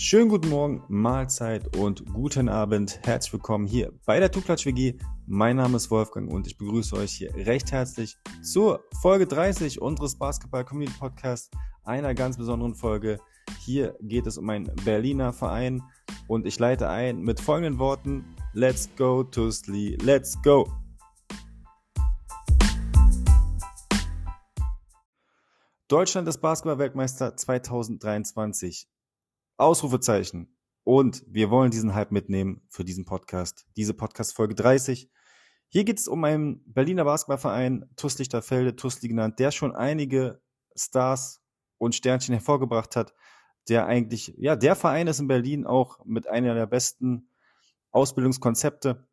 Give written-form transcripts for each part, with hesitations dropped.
Schönen guten Morgen, Mahlzeit und guten Abend. Herzlich willkommen hier bei der Tuklatsch WG. Mein Name ist Wolfgang und ich begrüße euch hier recht herzlich zur Folge 30 unseres Basketball-Community-Podcasts, einer ganz besonderen Folge. Hier geht es um einen Berliner Verein und ich leite ein mit folgenden Worten: Let's go Tüßli, let's go! Deutschland ist Basketball-Weltmeister 2023. Ausrufezeichen. Und wir wollen diesen Hype mitnehmen für diesen Podcast, diese Podcast-Folge 30. Hier geht es um einen Berliner Basketballverein, TuS Lichterfelde, TuS genannt, der schon einige Stars und Sternchen hervorgebracht hat, der eigentlich, der Verein ist in Berlin auch mit einer der besten Ausbildungskonzepte.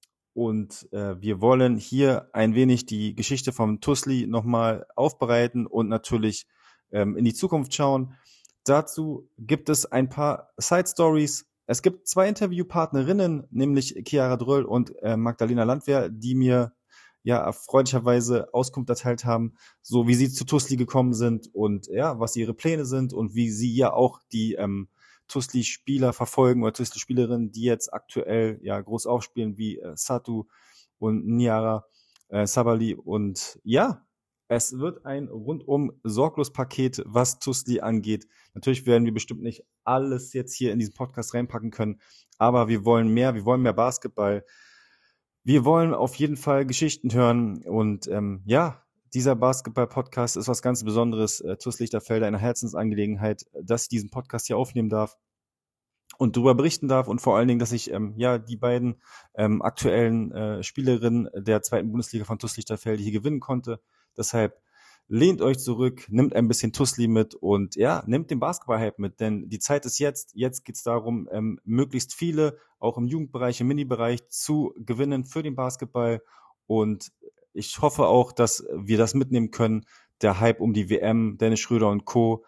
Und wir wollen hier ein wenig die Geschichte vom TuSli nochmal aufbereiten und natürlich in die Zukunft schauen. Dazu gibt es ein paar Side-Stories. Es gibt 2 Interviewpartnerinnen, nämlich Chiara Dröll und Magdalena Landwehr, die mir erfreulicherweise Auskunft erteilt haben, so wie sie zu TuSli gekommen sind und was ihre Pläne sind und wie sie ja auch die TuSli-Spieler verfolgen oder TuSli-Spielerinnen, die jetzt aktuell groß aufspielen, wie Satu und Niara Sabali. Und es wird ein rundum sorglos Paket, was TuSli angeht. Natürlich werden wir bestimmt nicht alles jetzt hier in diesen Podcast reinpacken können, aber wir wollen mehr Basketball. Wir wollen auf jeden Fall Geschichten hören und dieser Basketball-Podcast ist was ganz Besonderes. TuS Lichterfelde, eine Herzensangelegenheit, dass ich diesen Podcast hier aufnehmen darf und darüber berichten darf und vor allen Dingen, dass ich die beiden aktuellen Spielerinnen der 2. Bundesliga von TuS Lichterfelde hier gewinnen konnte. Deshalb lehnt euch zurück, nimmt ein bisschen TuSli mit und nimmt den Basketball-Hype mit, denn die Zeit ist jetzt. Jetzt geht es darum, möglichst viele, auch im Jugendbereich, im Mini-Bereich, zu gewinnen für den Basketball. Und ich hoffe auch, dass wir das mitnehmen können. Der Hype um die WM, Dennis Schröder und Co.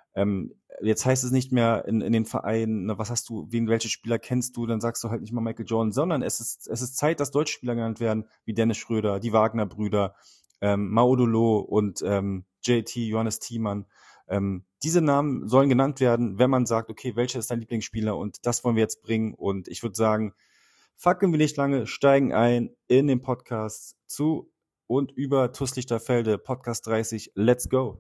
Jetzt heißt es nicht mehr in den Vereinen, was hast du, welche Spieler kennst du, dann sagst du halt nicht mal Michael Jordan, sondern es ist Zeit, dass deutsche Spieler genannt werden, wie Dennis Schröder, die Wagner-Brüder, Maudolo und JT, Johannes Thiemann. Diese Namen sollen genannt werden, wenn man sagt, okay, welcher ist dein Lieblingsspieler, und das wollen wir jetzt bringen. Und ich würde sagen, fackeln wir nicht lange, steigen ein in den Podcast zu und über TuS Lichterfelde, Podcast 30, let's go!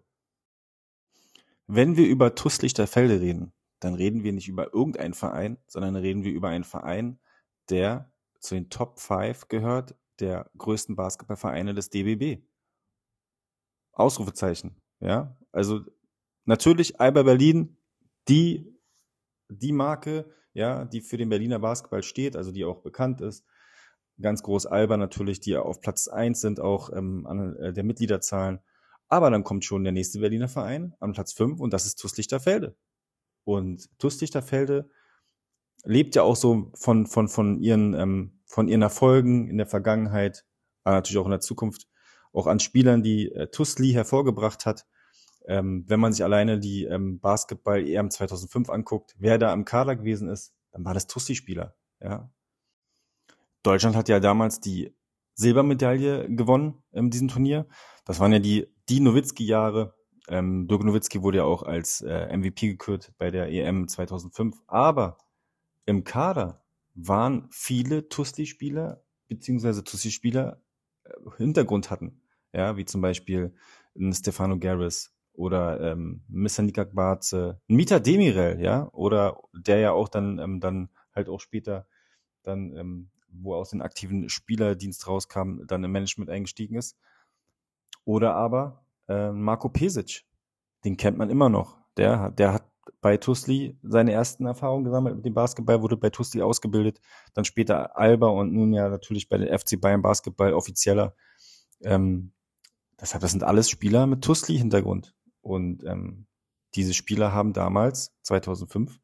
Wenn wir über TuS Lichterfelde reden, dann reden wir nicht über irgendeinen Verein, sondern reden wir über einen Verein, der zu den Top 5 gehört, der größten Basketballvereine des DBB. Ausrufezeichen, ja. Also natürlich Alba Berlin, die Marke, die für den Berliner Basketball steht, also die auch bekannt ist. Ganz groß Alba natürlich, die auf Platz 1 sind, auch an der Mitgliederzahlen. Aber dann kommt schon der nächste Berliner Verein an Platz 5 und das ist TuS Lichterfelde. Und TuS Lichterfelde lebt ja auch so von ihren Erfolgen in der Vergangenheit, aber natürlich auch in der Zukunft, auch an Spielern, die TuSli hervorgebracht hat. Wenn man sich alleine die Basketball-EM 2005 anguckt, wer da im Kader gewesen ist, dann war das TuSli-Spieler. Ja. Deutschland hat ja damals die Silbermedaille gewonnen in diesem Turnier. Das waren ja die Nowitzki-Jahre. Dirk Nowitzki wurde ja auch als MVP gekürt bei der EM 2005. Aber im Kader waren viele TuSli-Spieler beziehungsweise TuSli-Spieler Hintergrund hatten. Ja, wie zum Beispiel Stefano Garris oder Mr. Nikak Barze, Mita Demirel, oder der ja auch dann halt auch später dann, wo er aus dem aktiven Spielerdienst rauskam, dann im Management eingestiegen ist. Oder aber Marko Pesic, den kennt man immer noch. Der hat bei TuSli seine ersten Erfahrungen gesammelt mit dem Basketball, wurde bei TuSli ausgebildet, dann später Alba und nun ja natürlich bei den FC Bayern Basketball offizieller. Deshalb, das sind alles Spieler mit TuSli-Hintergrund. Und diese Spieler haben damals, 2005,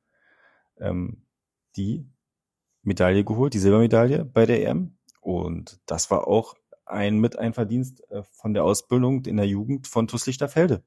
die Medaille geholt, die Silbermedaille bei der EM. Und das war auch ein Verdienst von der Ausbildung in der Jugend von TuS Lichterfelde.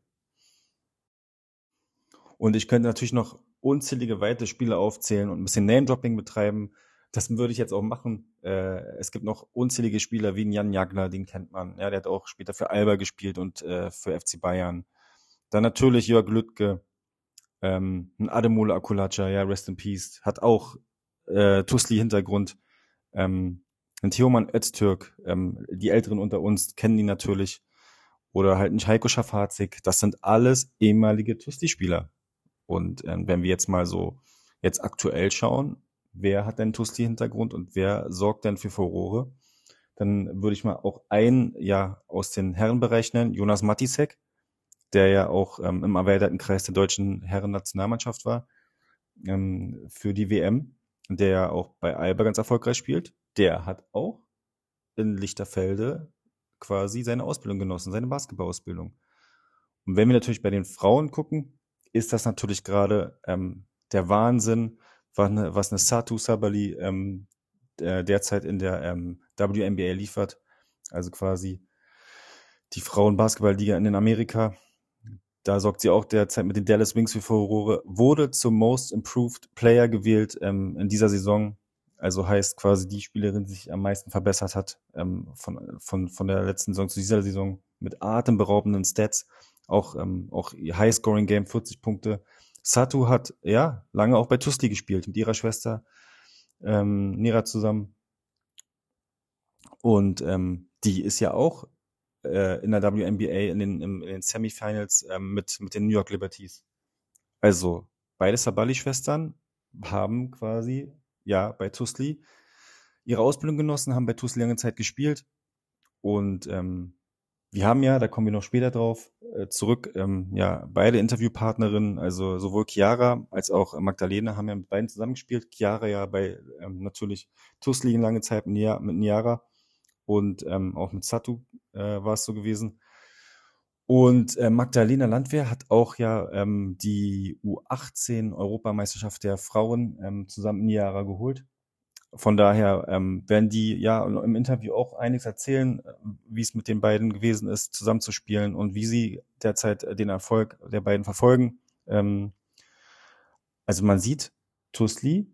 Und ich könnte natürlich noch unzählige weitere Spieler aufzählen und ein bisschen Name-Dropping betreiben. Das würde ich jetzt auch machen. Es gibt noch unzählige Spieler wie Jan Jagler, den kennt man. Ja, der hat auch später für Alba gespielt und für FC Bayern. Dann natürlich Jörg Lüttke, Ein Ademola Akulacha, ja, Rest in Peace, hat auch Tusli-Hintergrund. Ein Teoman Öztürk, die Älteren unter uns kennen ihn natürlich. Oder halt ein Heiko Schafazik. Das sind alles ehemalige Tusli-Spieler. Und wenn wir jetzt mal so jetzt aktuell schauen, wer hat denn Tusli-Hintergrund und wer sorgt denn für Furore, dann würde ich mal auch einen ja aus den Herrenbereich nennen, Jonas Matisek, der ja auch im erweiterten Kreis der deutschen Herrennationalmannschaft war für die WM, der ja auch bei Alba ganz erfolgreich spielt. Der hat auch in Lichterfelde quasi seine Ausbildung genossen, seine Basketballausbildung. Und wenn wir natürlich bei den Frauen gucken, ist das natürlich gerade der Wahnsinn, was eine Satu Sabali derzeit in der WNBA liefert. Also quasi die Frauen-Basketball-Liga in Amerika. Da sorgt sie auch derzeit mit den Dallas Wings für Furore. Wurde zum Most Improved Player gewählt in dieser Saison. Also heißt quasi die Spielerin, die sich am meisten verbessert hat von der letzten Saison zu dieser Saison mit atemberaubenden Stats. Auch ihr High-Scoring-Game, 40 Punkte. Satu hat ja lange auch bei Tusli gespielt mit ihrer Schwester Nera zusammen. Und die ist ja auch in der WNBA in den Semifinals mit den New York Liberties. Also beide Sabali-Schwestern haben quasi ja bei Tusli ihre Ausbildung genossen, haben bei Tusli lange Zeit gespielt und wir haben ja, da kommen wir noch später drauf, zurück, ja, beide Interviewpartnerinnen, also sowohl Chiara als auch Magdalena haben ja mit beiden zusammengespielt. Chiara ja bei natürlich Tusli lange Zeit mit Niara und auch mit Satu war es so gewesen. Und Magdalena Landwehr hat auch ja die U18-Europameisterschaft der Frauen zusammen in Niara geholt. Von daher werden die ja im Interview auch einiges erzählen, wie es mit den beiden gewesen ist, zusammenzuspielen und wie sie derzeit den Erfolg der beiden verfolgen. Also man sieht, Tusli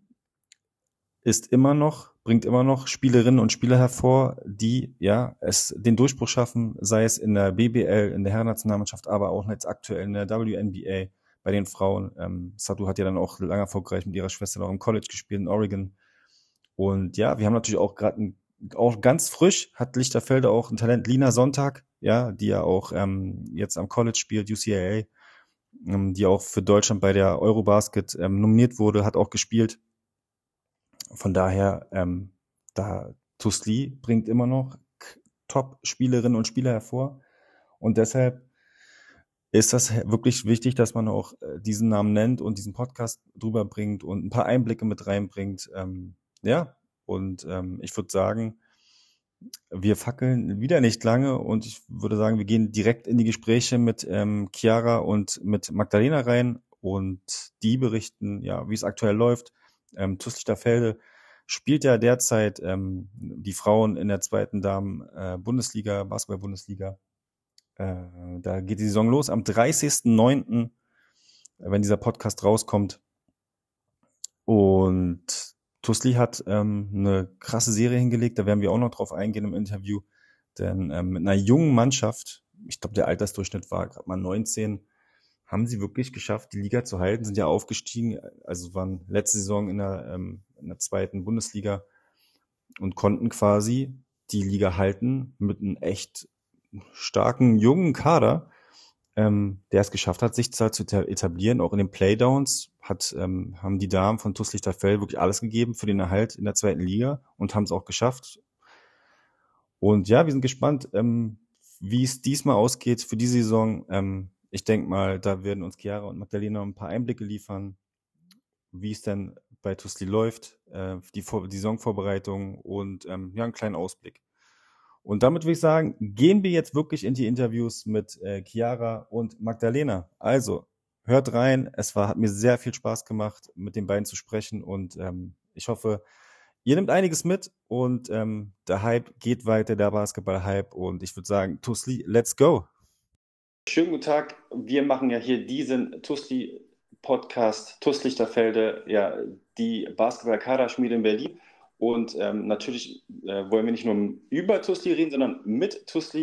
bringt immer noch Spielerinnen und Spieler hervor, die ja es den Durchbruch schaffen, sei es in der BBL, in der Herrennationalmannschaft, aber auch jetzt aktuell in der WNBA bei den Frauen. Satu hat ja dann auch lange erfolgreich mit ihrer Schwester noch im College gespielt in Oregon. Und ja, wir haben natürlich auch gerade auch ganz frisch hat Lichterfelde auch ein Talent, Lina Sonntag, ja, die ja auch jetzt am College spielt, UCLA, die auch für Deutschland bei der Eurobasket nominiert wurde, hat auch gespielt. Von daher, da Tusli bringt immer noch Top-Spielerinnen und Spieler hervor. Und deshalb ist das wirklich wichtig, dass man auch diesen Namen nennt und diesen Podcast drüber bringt und ein paar Einblicke mit reinbringt. Ja, und ich würde sagen, wir fackeln wieder nicht lange und ich würde sagen, wir gehen direkt in die Gespräche mit Chiara und mit Magdalena rein und die berichten, ja, wie es aktuell läuft. TuS Lichterfelde spielt ja derzeit die Frauen in der zweiten Damen-Bundesliga, Basketball-Bundesliga. Da geht die Saison los am 30.09., wenn dieser Podcast rauskommt. Und Tusli hat eine krasse Serie hingelegt, da werden wir auch noch drauf eingehen im Interview. Denn mit einer jungen Mannschaft, ich glaube, der Altersdurchschnitt war gerade mal 19, haben sie wirklich geschafft, die Liga zu halten, sind ja aufgestiegen, also waren letzte Saison in der zweiten Bundesliga und konnten quasi die Liga halten mit einem echt starken, jungen Kader, der es geschafft hat, sich zu etablieren, auch in den Playdowns haben die Damen von TuS Lichterfelde wirklich alles gegeben für den Erhalt in der zweiten Liga und haben es auch geschafft. Und ja, wir sind gespannt, wie es diesmal ausgeht für die Saison. Ich denke mal, da werden uns Chiara und Magdalena ein paar Einblicke liefern, wie es denn bei Tusli läuft, die Saisonvorbereitung und ja, einen kleinen Ausblick. Und damit würde ich sagen, gehen wir jetzt wirklich in die Interviews mit Chiara und Magdalena. Also, hört rein. Hat mir sehr viel Spaß gemacht, mit den beiden zu sprechen. Und ich hoffe, ihr nehmt einiges mit. Und der Hype geht weiter, der Basketball-Hype. Und ich würde sagen, Tusli, let's go. Schönen guten Tag. Wir machen ja hier diesen Tusli-Podcast, TuS Lichterfelde, ja, die Basketball-Kaderschmiede in Berlin. Und natürlich wollen wir nicht nur über Tusli reden, sondern mit Tusli.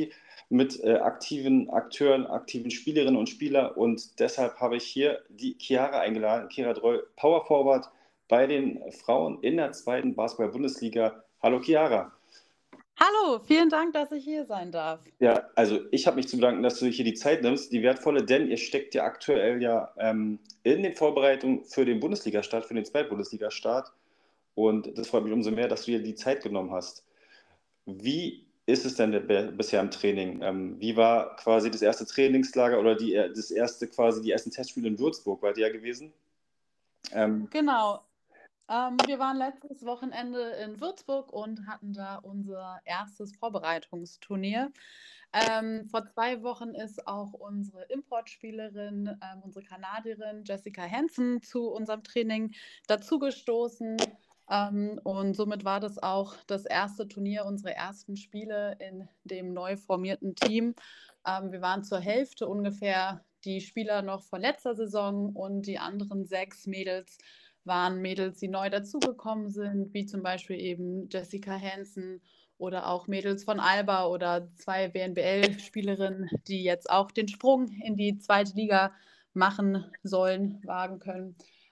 mit aktiven Akteuren, aktiven Spielerinnen und Spielern. Und deshalb habe ich hier die Chiara eingeladen, Chiara Droll, Power Forward bei den Frauen in der zweiten Basketball-Bundesliga. Hallo Chiara. Hallo, vielen Dank, dass ich hier sein darf. Ja, also ich habe mich zu bedanken, dass du hier die Zeit nimmst, die wertvolle, denn ihr steckt ja aktuell in den Vorbereitungen für den Bundesliga-Start, für den Zweitbundesliga-Start. Und das freut mich umso mehr, dass du dir die Zeit genommen hast. Wie ist es denn bisher im Training? Wie war quasi das erste Trainingslager oder die ersten Testspiele in Würzburg? Wart ihr ja gewesen? Ähm, Genau, wir waren letztes Wochenende in Würzburg und hatten da unser erstes Vorbereitungsturnier. Vor 2 Wochen ist auch unsere Importspielerin, unsere Kanadierin Jessica Hansen zu unserem Training dazugestoßen. Und somit war das auch das erste Turnier, unsere ersten Spiele in dem neu formierten Team. Wir waren zur Hälfte ungefähr die Spieler noch von letzter Saison und die anderen 6 Mädels waren Mädels, die neu dazugekommen sind, wie zum Beispiel eben Jessica Hansen oder auch Mädels von Alba oder 2 WNBL-Spielerinnen, die jetzt auch den Sprung in die zweite Liga machen sollen, wagen können.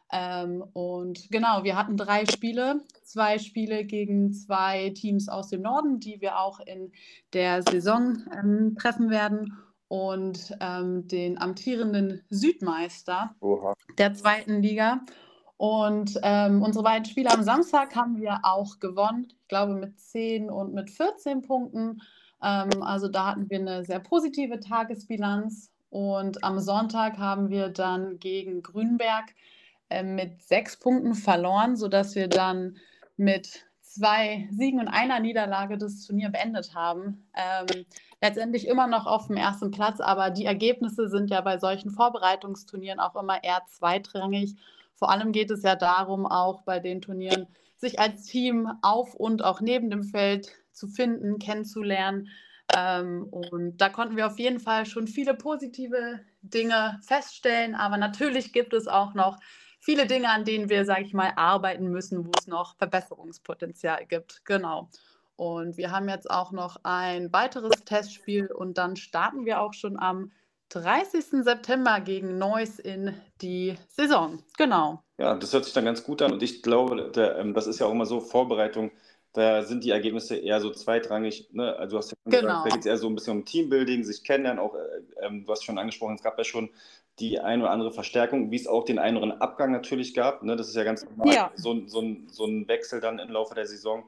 Und genau, wir hatten 3 Spiele, 2 Spiele gegen 2 Teams aus dem Norden, die wir auch in der Saison treffen werden und den amtierenden Südmeister Oha. der zweiten Liga. Und unsere beiden Spiele am Samstag haben wir auch gewonnen. Ich glaube mit 10 und mit 14 Punkten. Also da hatten wir eine sehr positive Tagesbilanz. Und am Sonntag haben wir dann gegen Grünberg mit 6 Punkten verloren, sodass wir dann mit 2 Siegen und einer Niederlage das Turnier beendet haben. Letztendlich immer noch auf dem ersten Platz, aber die Ergebnisse sind ja bei solchen Vorbereitungsturnieren auch immer eher zweitrangig. Vor allem geht es ja darum, auch bei den Turnieren, sich als Team auf und auch neben dem Feld zu finden, kennenzulernen. Und da konnten wir auf jeden Fall schon viele positive Dinge feststellen, aber natürlich gibt es auch noch viele Dinge, an denen wir, sage ich mal, arbeiten müssen, wo es noch Verbesserungspotenzial gibt. Genau. Und wir haben jetzt auch noch ein weiteres Testspiel und dann starten wir auch schon am 30. September gegen Neuss in die Saison. Genau. Ja, das hört sich dann ganz gut an und ich glaube, das ist ja auch immer so, Vorbereitung, da sind die Ergebnisse eher so zweitrangig. Ne? Also du hast ja schon gesagt, Genau. da geht es eher so ein bisschen um Teambuilding, sich kennenlernen, auch du hast schon angesprochen, es gab ja schon die ein oder andere Verstärkung, wie es auch den einen oder anderen Abgang natürlich gab. Ne? Das ist ja ganz normal, Ja. so ein Wechsel dann im Laufe der Saison.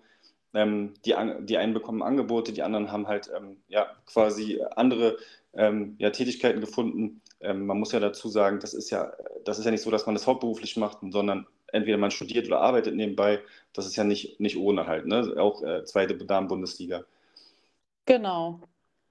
Die einen bekommen Angebote, die anderen haben halt ja, quasi andere ja, Tätigkeiten gefunden. Man muss ja dazu sagen, das ist ja nicht so, dass man das hauptberuflich macht, sondern entweder man studiert oder arbeitet nebenbei. Das ist ja nicht ohne halt, ne? Auch zweite Damen-Bundesliga. Genau.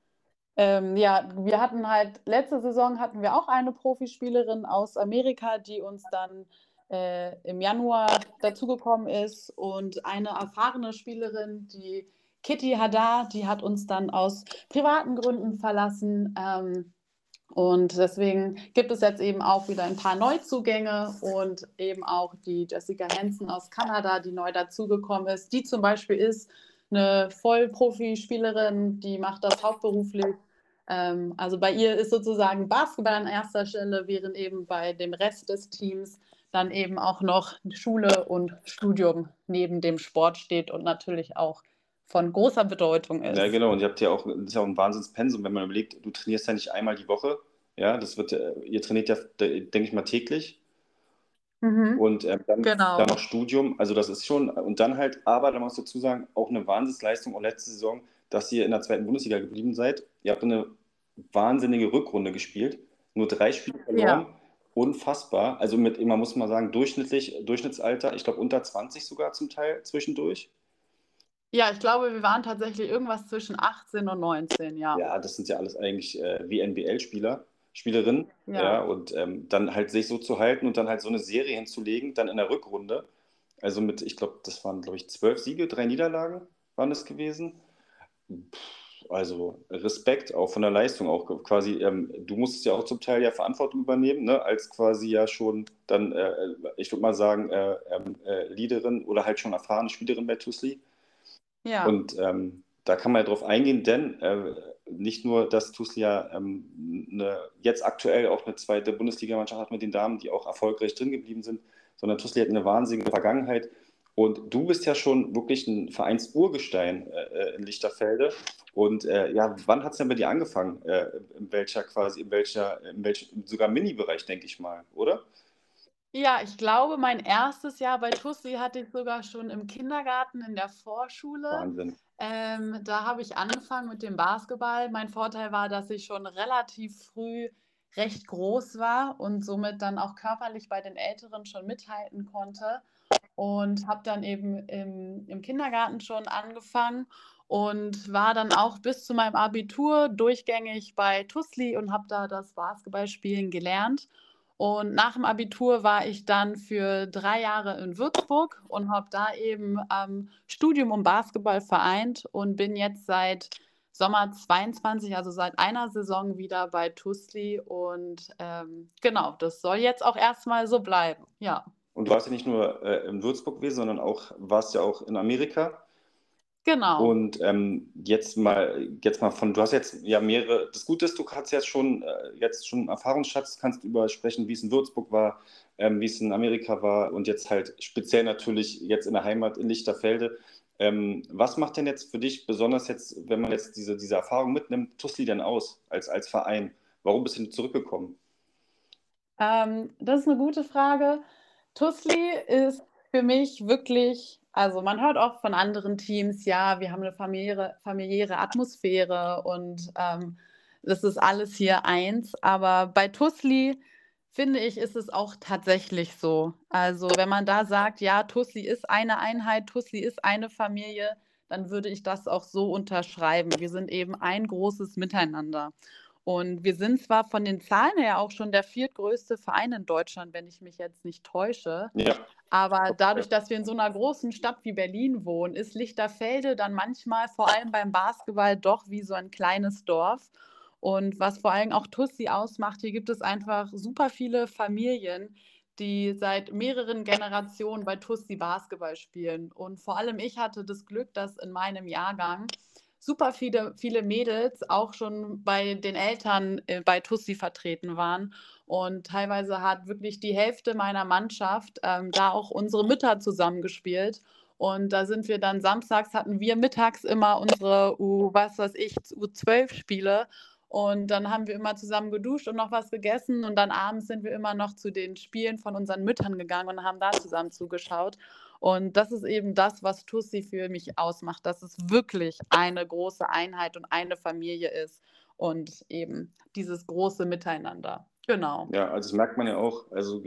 Ja, wir hatten halt, letzte Saison hatten wir auch eine Profispielerin aus Amerika, die uns dann im Januar dazugekommen ist und eine erfahrene Spielerin, die Kitty Hadar, die hat uns dann aus privaten Gründen verlassen. Und deswegen gibt es jetzt eben auch wieder ein paar Neuzugänge und eben auch die Jessica Hansen aus Kanada, die neu dazugekommen ist. Die zum Beispiel ist eine Vollprofispielerin, die macht das hauptberuflich. Also bei ihr ist sozusagen Basketball an erster Stelle, während eben bei dem Rest des Teams dann eben auch noch Schule und Studium neben dem Sport steht und natürlich auch von großer Bedeutung Ja, ist. genau. Und ihr habt ja auch, das ist ja auch ein Wahnsinnspensum, wenn man überlegt, du trainierst ja nicht einmal die Woche. Ja, ihr trainiert ja, denke ich mal, täglich. Mhm. Und dann Genau. noch Studium, also das ist schon, und dann halt, aber da muss ich dazu sagen, auch eine Wahnsinnsleistung auch letzte Saison, dass ihr in der zweiten Bundesliga geblieben seid. Ihr habt eine wahnsinnige Rückrunde gespielt, nur 3 Spiele verloren, Ja. unfassbar. Also man muss mal sagen, Durchschnittsalter, ich glaube unter 20 sogar zum Teil zwischendurch. Ja, ich glaube, wir waren tatsächlich irgendwas zwischen 18 und 19, ja. Ja, das sind ja alles eigentlich wie NBL-Spieler, Spielerinnen. Ja, Ja. und dann halt sich so zu halten und dann halt so eine Serie hinzulegen, dann in der Rückrunde. Also ich glaube, das waren, glaube ich, 12 Siege, 3 Niederlagen waren es gewesen. Also Respekt auch von der Leistung, auch quasi, du musstest ja auch zum Teil ja Verantwortung übernehmen, ne, als quasi ja schon dann, ich würde mal sagen, Leaderin oder halt schon erfahrene Spielerin bei TuSley. Ja. Und da kann man ja drauf eingehen, denn nicht nur, dass TuS ja jetzt aktuell auch eine zweite Bundesligamannschaft hat mit den Damen, die auch erfolgreich drin geblieben sind, sondern TuS hat eine wahnsinnige Vergangenheit. Und du bist ja schon wirklich ein Vereinsurgestein in Lichterfelde. Und ja, wann hat es denn bei dir angefangen? In welchem sogar Mini-Bereich, denke ich mal, oder? Ja, ich glaube, mein erstes Jahr bei TuSi hatte ich sogar schon im Kindergarten in der Vorschule. Wahnsinn. Da habe ich angefangen mit dem Basketball. Mein Vorteil war, dass ich schon relativ früh recht groß war und somit dann auch körperlich bei den Älteren schon mithalten konnte und habe dann eben im Kindergarten schon angefangen und war dann auch bis zu meinem Abitur durchgängig bei TuSli und habe da das Basketballspielen gelernt. Und nach dem Abitur war ich dann für 3 Jahre in Würzburg und habe da eben Studium und Basketball vereint und bin jetzt seit Sommer 22, also seit einer Saison wieder bei TuSli. Und genau, das soll jetzt auch erstmal so bleiben. Ja, Und du warst ja nicht nur in Würzburg gewesen, sondern warst ja auch in Amerika. genau. Und jetzt mal du hast jetzt ja mehrere, das Gute ist, du hast jetzt schon einen Erfahrungsschatz, kannst über sprechen, wie es in Würzburg war, wie es in Amerika war und jetzt halt speziell natürlich jetzt in der Heimat in Lichterfelde. Was macht denn jetzt für dich, besonders jetzt, wenn man jetzt diese Erfahrung mitnimmt, TuSli denn aus als Verein? Warum bist du denn zurückgekommen? Das ist eine gute Frage. TuSli ist für mich wirklich, also man hört auch von anderen Teams, ja, wir haben eine familiäre Atmosphäre und das ist alles hier eins. Aber bei TuSli finde ich, ist es auch tatsächlich so. Also wenn man da sagt, ja, TuSli ist eine Einheit, TuSli ist eine Familie, dann würde ich das auch so unterschreiben. Wir sind eben ein großes Miteinander. Und wir sind zwar von den Zahlen her auch schon der viertgrößte Verein in Deutschland, wenn ich mich jetzt nicht täusche, Ja, aber dadurch, dass wir in so einer großen Stadt wie Berlin wohnen, ist Lichterfelde dann manchmal vor allem beim Basketball doch wie so ein kleines Dorf. Und was vor allem auch TuSi ausmacht, hier gibt es einfach super viele Familien, die seit mehreren Generationen bei TuSi Basketball spielen. Und vor allem ich hatte das Glück, dass in meinem Jahrgang super viele Mädels auch schon bei den Eltern bei TuSi vertreten waren. Und teilweise hat wirklich die Hälfte meiner Mannschaft da auch unsere Mütter zusammengespielt. Und da sind wir dann samstags, hatten wir mittags immer unsere was weiß ich, U12-Spiele. Und dann haben wir immer zusammen geduscht und noch was gegessen. Und dann abends sind wir immer noch zu den Spielen von unseren Müttern gegangen und haben da zusammen zugeschaut. Und das ist eben das, was TuSi für mich ausmacht, dass es wirklich eine große Einheit und eine Familie ist und eben dieses große Miteinander. Genau. ja, also das merkt man ja auch. Also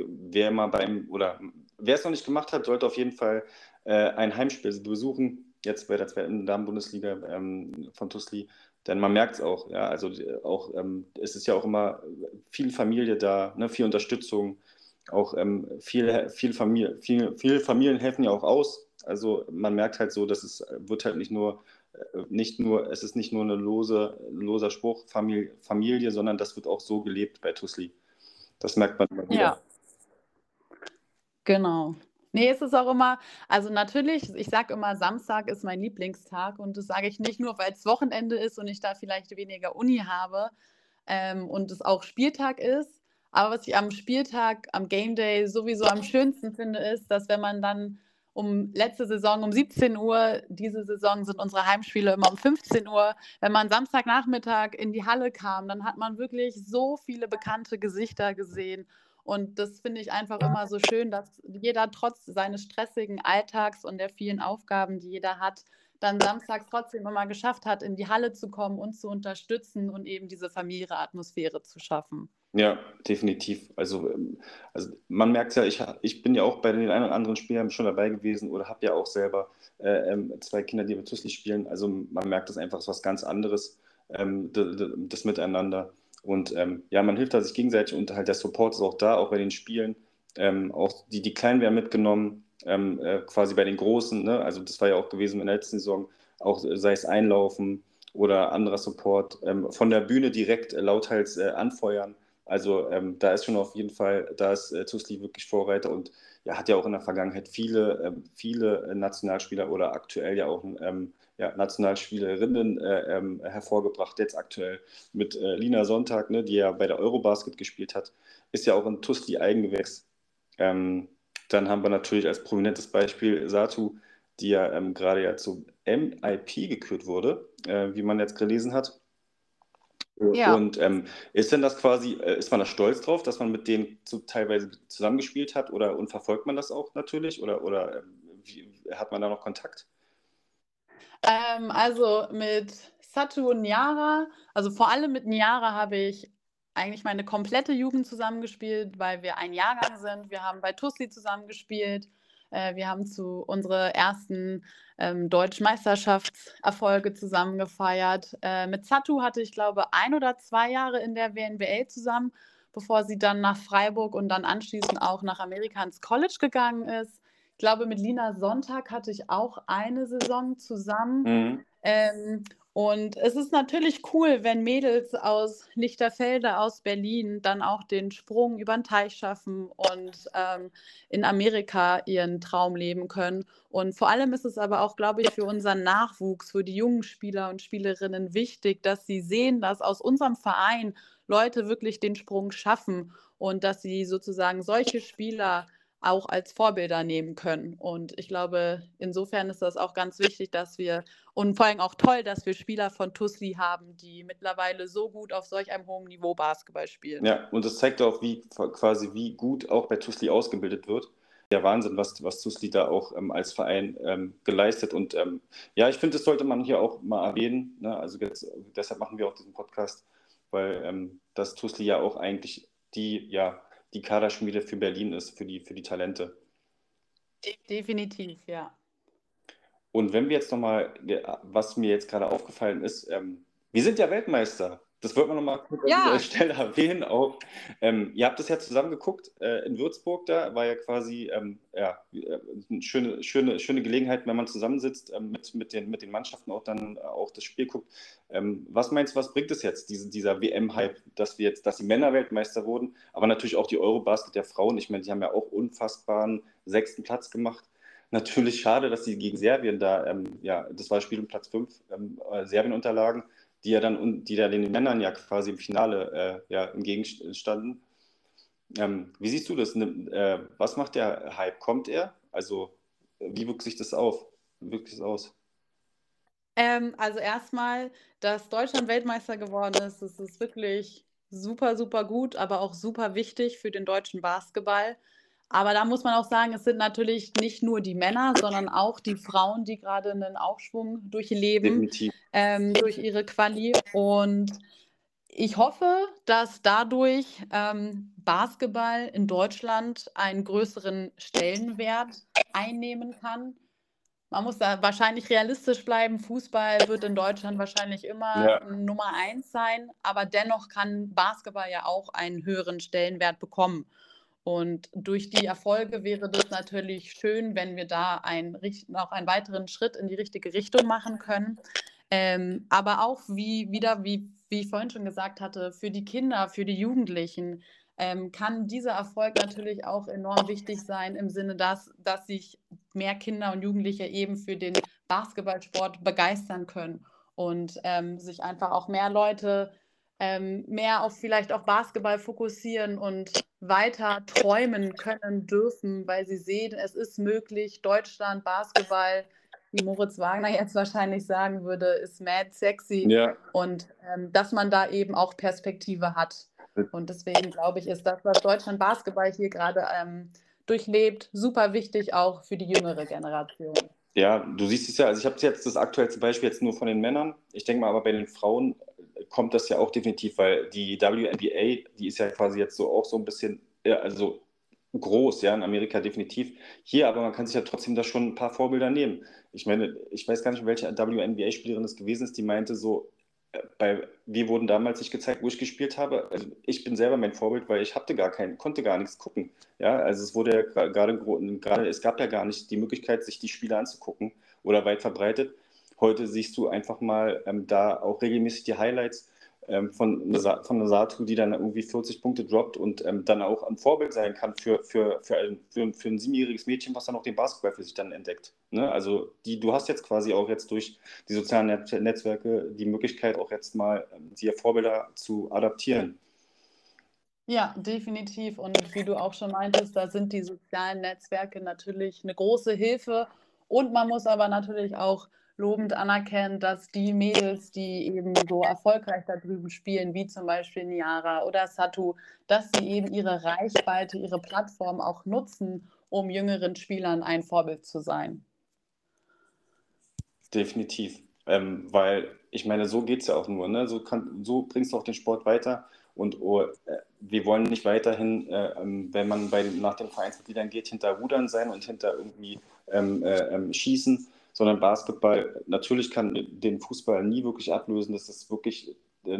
wer es noch nicht gemacht hat, sollte auf jeden Fall ein Heimspiel besuchen, jetzt bei der zweiten Damen-Bundesliga von TuSli. Denn man merkt es auch, ja, also es ist ja auch immer viel Familie da, ne, viel Unterstützung, auch viele Familien helfen ja auch aus. Also man merkt halt so, dass es wird halt es ist nicht nur eine loser Spruch, Familie, sondern das wird auch so gelebt bei TuSli. Das merkt man immer wieder. Ja, genau. Nee, es ist auch immer, also natürlich, ich sage immer, Samstag ist mein Lieblingstag und das sage ich nicht nur, weil es Wochenende ist und ich da vielleicht weniger Uni habe und es auch Spieltag ist. Aber was ich am Spieltag, am Game Day sowieso am schönsten finde, ist, dass wenn man dann letzte Saison um 17 Uhr, diese Saison sind unsere Heimspiele immer um 15 Uhr, wenn man Samstagnachmittag in die Halle kam, dann hat man wirklich so viele bekannte Gesichter gesehen. Und das finde ich einfach immer so schön, dass jeder trotz seines stressigen Alltags und der vielen Aufgaben, die jeder hat, dann samstags trotzdem immer geschafft hat, in die Halle zu kommen und zu unterstützen und eben diese familiäre Atmosphäre zu schaffen. Ja, definitiv. Also man merkt ja, ich bin ja auch bei den ein oder anderen Spielern schon dabei gewesen oder habe ja auch selber zwei Kinder, die bei TuSli spielen. Also man merkt das einfach, es ist was ganz anderes, das Miteinander. Und ja, man hilft da sich gegenseitig und halt der Support ist auch da, auch bei den Spielen. Auch die Kleinen werden mitgenommen, quasi bei den Großen. Ne? Also das war ja auch gewesen in der letzten Saison, auch sei es Einlaufen oder anderer Support, von der Bühne direkt lauthals anfeuern. Also da ist schon auf jeden Fall, da ist TuSli wirklich Vorreiter und ja, hat ja auch in der Vergangenheit viele Nationalspieler oder aktuell ja auch Nationalspielerinnen hervorgebracht, jetzt aktuell mit Lina Sonntag, ne, die ja bei der Eurobasket gespielt hat, ist ja auch ein TuS Eigengewächs. Dann haben wir natürlich als prominentes Beispiel Satu, die ja gerade ja zum MIP gekürt wurde, wie man jetzt gelesen hat. Ja. Und ist denn das quasi, ist man da stolz drauf, dass man mit denen teilweise zusammengespielt hat und verfolgt man das auch natürlich oder hat man da noch Kontakt? Also mit Satu und Niara, also vor allem mit Niara habe ich eigentlich meine komplette Jugend zusammengespielt, weil wir ein Jahrgang sind. Wir haben bei TuSli zusammengespielt. Wir haben zu unsere ersten deutschen Meisterschaftserfolge zusammen gefeiert. Mit Satu hatte ich, glaube 1 oder 2 Jahre in der WNBA zusammen, bevor sie dann nach Freiburg und dann anschließend auch nach Amerika ins College gegangen ist. Ich glaube, mit Lina Sonntag hatte ich auch eine Saison zusammen. Mhm. Und es ist natürlich cool, wenn Mädels aus Lichterfelde, aus Berlin dann auch den Sprung über den Teich schaffen und in Amerika ihren Traum leben können. Und vor allem ist es aber auch, glaube ich, für unseren Nachwuchs, für die jungen Spieler und Spielerinnen wichtig, dass sie sehen, dass aus unserem Verein Leute wirklich den Sprung schaffen und dass sie sozusagen solche Spieler auch als Vorbilder nehmen können. Und ich glaube, insofern ist das auch ganz wichtig, dass wir und vor allem auch toll, dass wir Spieler von TuSli haben, die mittlerweile so gut auf solch einem hohen Niveau Basketball spielen. Ja, und das zeigt auch, wie gut auch bei TuSli ausgebildet wird. Der Wahnsinn, was TuSli da auch als Verein geleistet. Und ja, ich finde, das sollte man hier auch mal erwähnen. Ne? Also deshalb machen wir auch diesen Podcast, weil das TuSli ja auch eigentlich die Kaderschmiede für Berlin ist, für die Talente. Definitiv, ja. Und wenn wir jetzt nochmal, was mir jetzt gerade aufgefallen ist, wir sind ja Weltmeister. Das wird man nochmal kurz an dieser Ja, Stelle erwähnen. Auch, ihr habt das ja zusammen geguckt in Würzburg, da war ja quasi eine schöne Gelegenheit, wenn man zusammensitzt mit den Mannschaften auch dann auch das Spiel guckt. Was meinst du, was bringt es jetzt, dieser WM-Hype, dass die Männer Weltmeister wurden, aber natürlich auch die Eurobasket der Frauen? Ich meine, die haben ja auch unfassbaren 6. Platz gemacht. Natürlich schade, dass sie gegen Serbien das war Spiel um Platz 5, Serbien unterlagen, die da den Männern ja quasi im Finale entgegenstanden. Wie siehst du das? Was macht der Hype? Kommt er? Also, wie wirkt sich das auf? Wirkt es aus? also erstmal, dass Deutschland Weltmeister geworden ist, das ist wirklich super, super gut, aber auch super wichtig für den deutschen Basketball. Aber da muss man auch sagen, es sind natürlich nicht nur die Männer, sondern auch die Frauen, die gerade einen Aufschwung durchleben Definitiv. durch ihre Quali. Und ich hoffe, dass dadurch Basketball in Deutschland einen größeren Stellenwert einnehmen kann. Man muss da wahrscheinlich realistisch bleiben. Fußball wird in Deutschland wahrscheinlich immer Ja, Nummer 1 sein, aber dennoch kann Basketball ja auch einen höheren Stellenwert bekommen. Und durch die Erfolge wäre das natürlich schön, wenn wir da noch einen weiteren Schritt in die richtige Richtung machen können. Aber auch wie ich vorhin schon gesagt hatte, für die Kinder, für die Jugendlichen kann dieser Erfolg natürlich auch enorm wichtig sein, im Sinne, dass sich mehr Kinder und Jugendliche eben für den Basketballsport begeistern können und sich einfach auch mehr Leute mehr auf vielleicht auch Basketball fokussieren und weiter träumen können dürfen, weil sie sehen, es ist möglich, Deutschland, Basketball, wie Moritz Wagner jetzt wahrscheinlich sagen würde, ist mad sexy ja. und dass man da eben auch Perspektive hat. Und deswegen glaube ich, ist das, was Deutschland Basketball hier gerade durchlebt, super wichtig auch für die jüngere Generation. Ja, du siehst es ja, also ich habe jetzt das aktuellste Beispiel jetzt nur von den Männern. Ich denke mal aber bei den Frauen kommt das ja auch definitiv, weil die WNBA, die ist ja quasi jetzt so auch so ein bisschen, also groß, ja, in Amerika definitiv. Hier aber man kann sich ja trotzdem da schon ein paar Vorbilder nehmen. Ich meine, ich weiß gar nicht, welche WNBA-Spielerin es gewesen ist, die meinte so, wir wurden damals nicht gezeigt, wo ich gespielt habe. Also ich bin selber mein Vorbild, weil ich konnte gar nichts gucken. Ja, also es wurde ja gerade, es gab ja gar nicht die Möglichkeit, sich die Spiele anzugucken oder weit verbreitet. Heute siehst du einfach mal da auch regelmäßig die Highlights. von einer Satu, die dann irgendwie 40 Punkte droppt und dann auch ein Vorbild sein kann für ein 7-jähriges Mädchen, was dann auch den Basketball für sich dann entdeckt. Ne? Also du hast jetzt quasi auch jetzt durch die sozialen Netzwerke die Möglichkeit, auch jetzt mal die Vorbilder zu adaptieren. Ja, definitiv. Und wie du auch schon meintest, da sind die sozialen Netzwerke natürlich eine große Hilfe. Und man muss aber natürlich auch lobend anerkennen, dass die Mädels, die eben so erfolgreich da drüben spielen, wie zum Beispiel Niara oder Satu, dass sie eben ihre Reichweite, ihre Plattform auch nutzen, um jüngeren Spielern ein Vorbild zu sein. Definitiv. Weil ich meine, so geht es ja auch nur. Ne? So bringst du auch den Sport weiter. Und wir wollen nicht weiterhin, wenn man nach den Vereinsmitgliedern geht, hinter Rudern sein und hinter irgendwie Schießen, sondern Basketball natürlich kann den Fußball nie wirklich ablösen. Das ist wirklich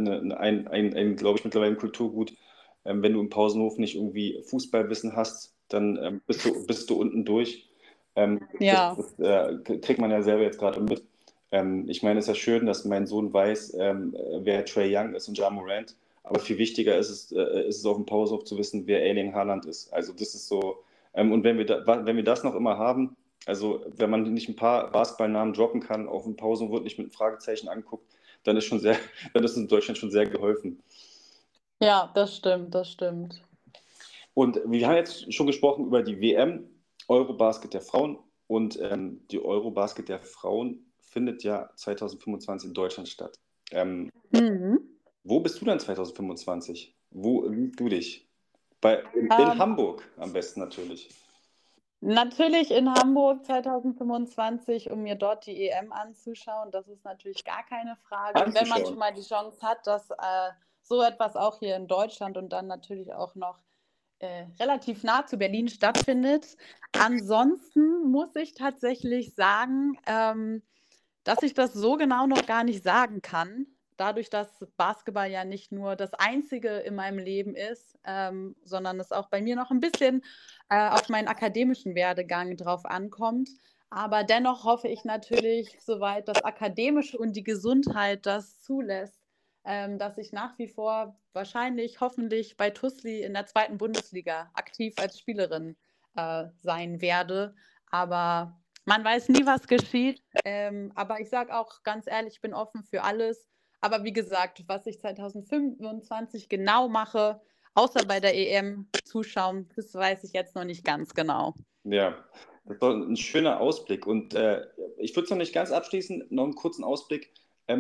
glaube ich, mittlerweile ein Kulturgut. Wenn du im Pausenhof nicht irgendwie Fußballwissen hast, dann bist du unten durch. Ja. Das kriegt man ja selber jetzt gerade mit. Ich meine, es ist ja schön, dass mein Sohn weiß, wer Trae Young ist und Ja Morant. Aber viel wichtiger ist es auf dem Pausenhof zu wissen, wer Erling Haaland ist. Also das ist so. Und wenn wir das noch immer haben, also wenn man nicht ein paar Basketballnamen droppen kann, auf dem Pausenhof wird nicht mit einem Fragezeichen anguckt, dann ist dann ist in Deutschland schon sehr geholfen. Ja, das stimmt, das stimmt. Und wir haben jetzt schon gesprochen über die WM, Eurobasket der Frauen. Und die Eurobasket der Frauen findet ja 2025 in Deutschland statt. Mhm. Wo bist du dann 2025? Wo liegst du dich? In Ähm, Hamburg am besten natürlich. Natürlich in Hamburg 2025, um mir dort die EM anzuschauen. Das ist natürlich gar keine Frage. Wenn man schon Anzuschauen. mal die Chance hat, dass so etwas auch hier in Deutschland und dann natürlich auch noch relativ nah zu Berlin stattfindet. Ansonsten muss ich tatsächlich sagen, dass ich das so genau noch gar nicht sagen kann. Dadurch, dass Basketball ja nicht nur das Einzige in meinem Leben ist, sondern es auch bei mir noch ein bisschen auf meinen akademischen Werdegang drauf ankommt. Aber dennoch hoffe ich natürlich, soweit das Akademische und die Gesundheit das zulässt, dass ich nach wie vor wahrscheinlich, hoffentlich bei TuSli in der 2. Bundesliga aktiv als Spielerin sein werde. Aber man weiß nie, was geschieht. Aber ich sage auch ganz ehrlich, ich bin offen für alles. Aber wie gesagt, was ich 2025 genau mache, außer bei der EM zuschauen, das weiß ich jetzt noch nicht ganz genau. Ja, das ist doch ein schöner Ausblick. Und ich würde es noch nicht ganz abschließen, noch einen kurzen Ausblick,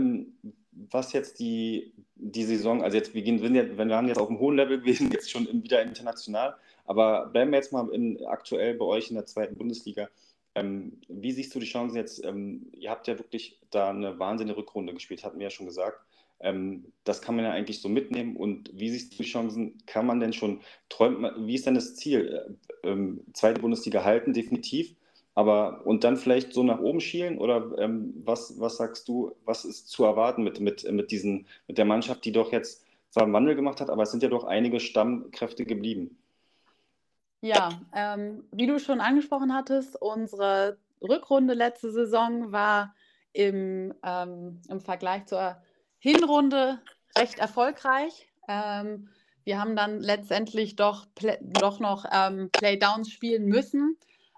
was jetzt die Saison, also jetzt, wir waren jetzt auf einem hohen Level, wir sind jetzt schon wieder international, aber bleiben wir jetzt mal aktuell bei euch in der 2. Bundesliga. Wie siehst du die Chancen jetzt? Ihr habt ja wirklich da eine wahnsinnige Rückrunde gespielt, hatten wir ja schon gesagt. Das kann man ja eigentlich so mitnehmen. Und wie siehst du die Chancen? Kann man denn schon, wie ist denn das Ziel? 2. Bundesliga halten, definitiv. Aber und dann vielleicht so nach oben schielen? Oder was sagst du, was ist zu erwarten mit der Mannschaft, die doch jetzt zwar einen Wandel gemacht hat, aber es sind ja doch einige Stammkräfte geblieben. Ja, wie du schon angesprochen hattest, unsere Rückrunde letzte Saison war im Vergleich zur Hinrunde recht erfolgreich. Wir haben dann letztendlich doch noch Playdowns spielen müssen.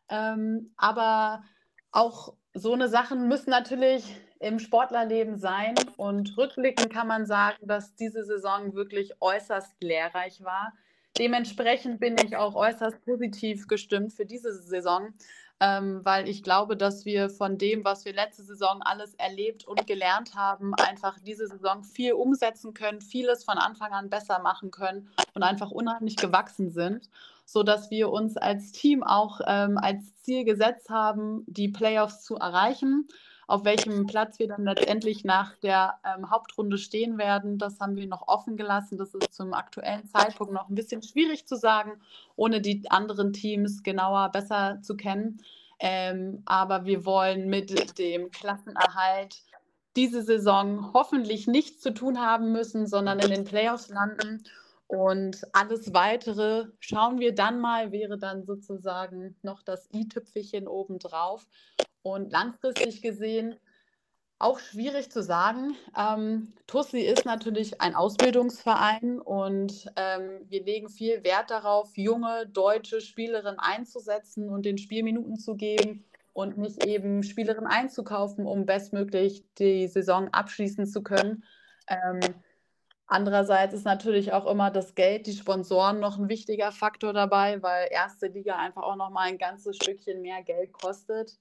Aber auch so eine Sachen müssen natürlich im Sportlerleben sein. Und rückblickend kann man sagen, dass diese Saison wirklich äußerst lehrreich war. Dementsprechend bin ich auch äußerst positiv gestimmt für diese Saison, weil ich glaube, dass wir von dem, was wir letzte Saison alles erlebt und gelernt haben, einfach diese Saison viel umsetzen können, vieles von Anfang an besser machen können und einfach unheimlich gewachsen sind, sodass wir uns als Team auch als Ziel gesetzt haben, die Playoffs zu erreichen. Auf welchem Platz wir dann letztendlich nach der Hauptrunde stehen werden, das haben wir noch offen gelassen. Das ist zum aktuellen Zeitpunkt noch ein bisschen schwierig zu sagen, ohne die anderen Teams genauer besser zu kennen. Aber wir wollen mit dem Klassenerhalt diese Saison hoffentlich nichts zu tun haben müssen, sondern in den Playoffs landen. Und alles Weitere schauen wir dann mal, wäre dann sozusagen noch das i-Tüpfelchen obendrauf. Und langfristig gesehen, Auch schwierig zu sagen. TuSli ist natürlich ein Ausbildungsverein und wir legen viel Wert darauf, junge deutsche Spielerinnen einzusetzen und den Spielminuten zu geben und nicht eben Spielerinnen einzukaufen, um bestmöglich die Saison abschließen zu können. Andererseits ist natürlich auch immer das Geld, die Sponsoren noch ein wichtiger Faktor dabei, weil erste Liga einfach auch noch mal ein ganzes Stückchen mehr Geld kostet.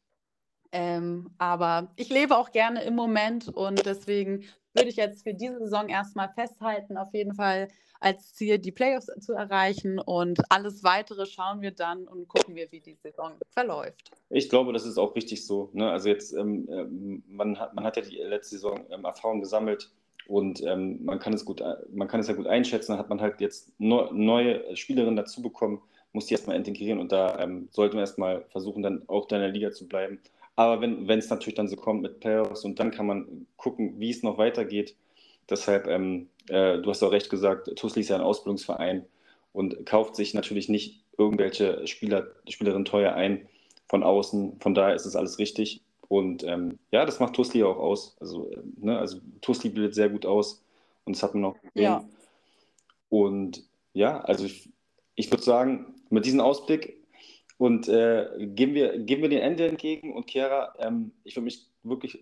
Aber ich lebe auch gerne im Moment und deswegen würde ich jetzt für diese Saison erstmal festhalten, auf jeden Fall als Ziel die Playoffs zu erreichen und alles Weitere schauen wir dann und gucken wir, wie die Saison verläuft. Ich glaube, das ist auch richtig so. Ne? Also jetzt, man hat ja die letzte Saison Erfahrung gesammelt und man kann es ja gut einschätzen. Dann hat man halt jetzt neue Spielerinnen dazu bekommen, muss die erstmal integrieren und da sollte man erstmal versuchen, dann auch da in der Liga zu bleiben. Aber wenn es natürlich dann so kommt mit Playoffs und dann kann man gucken, wie es noch weitergeht. Deshalb, du hast auch recht gesagt, TuSli ist ja ein Ausbildungsverein und kauft sich natürlich nicht irgendwelche Spielerinnen teuer ein von außen. Von daher ist es alles richtig. Und ja, das macht TuSli auch aus. Also TuSli bildet sehr gut aus und das hat man auch gesehen. Ja. Und ja, also ich würde sagen, mit diesem Ausblick und gehen wir dem Ende entgegen. Und Chiara, ich würde mich wirklich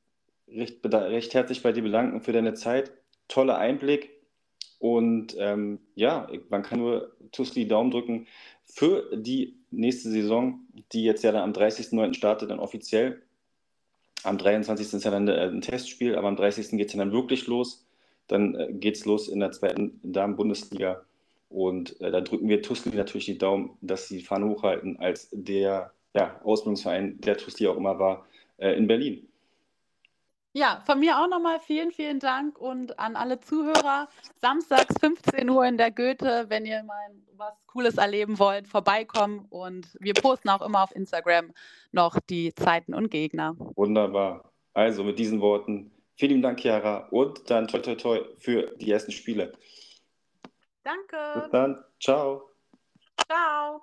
recht herzlich bei dir bedanken für deine Zeit. Toller Einblick. Und ja, man kann nur TuSli Daumen drücken für die nächste Saison, die jetzt ja dann am 30.09. startet, dann offiziell. Am 23. ist ja dann ein Testspiel, aber am 30. geht es dann wirklich los. Dann geht es los in der zweiten Damen-Bundesliga. Und da drücken wir TuSli natürlich die Daumen, dass sie die Fahne hochhalten als der Ausbildungsverein, der TuSli auch immer war, in Berlin. Ja, von mir auch nochmal vielen, vielen Dank und an alle Zuhörer. Samstags 15 Uhr in der Goethe, wenn ihr mal was Cooles erleben wollt, vorbeikommen. Und wir posten auch immer auf Instagram noch die Zeiten und Gegner. Wunderbar. Also mit diesen Worten, vielen Dank, Chiara, und dann toi toi toi für die ersten Spiele. Danke. Bis dann. Ciao. Ciao.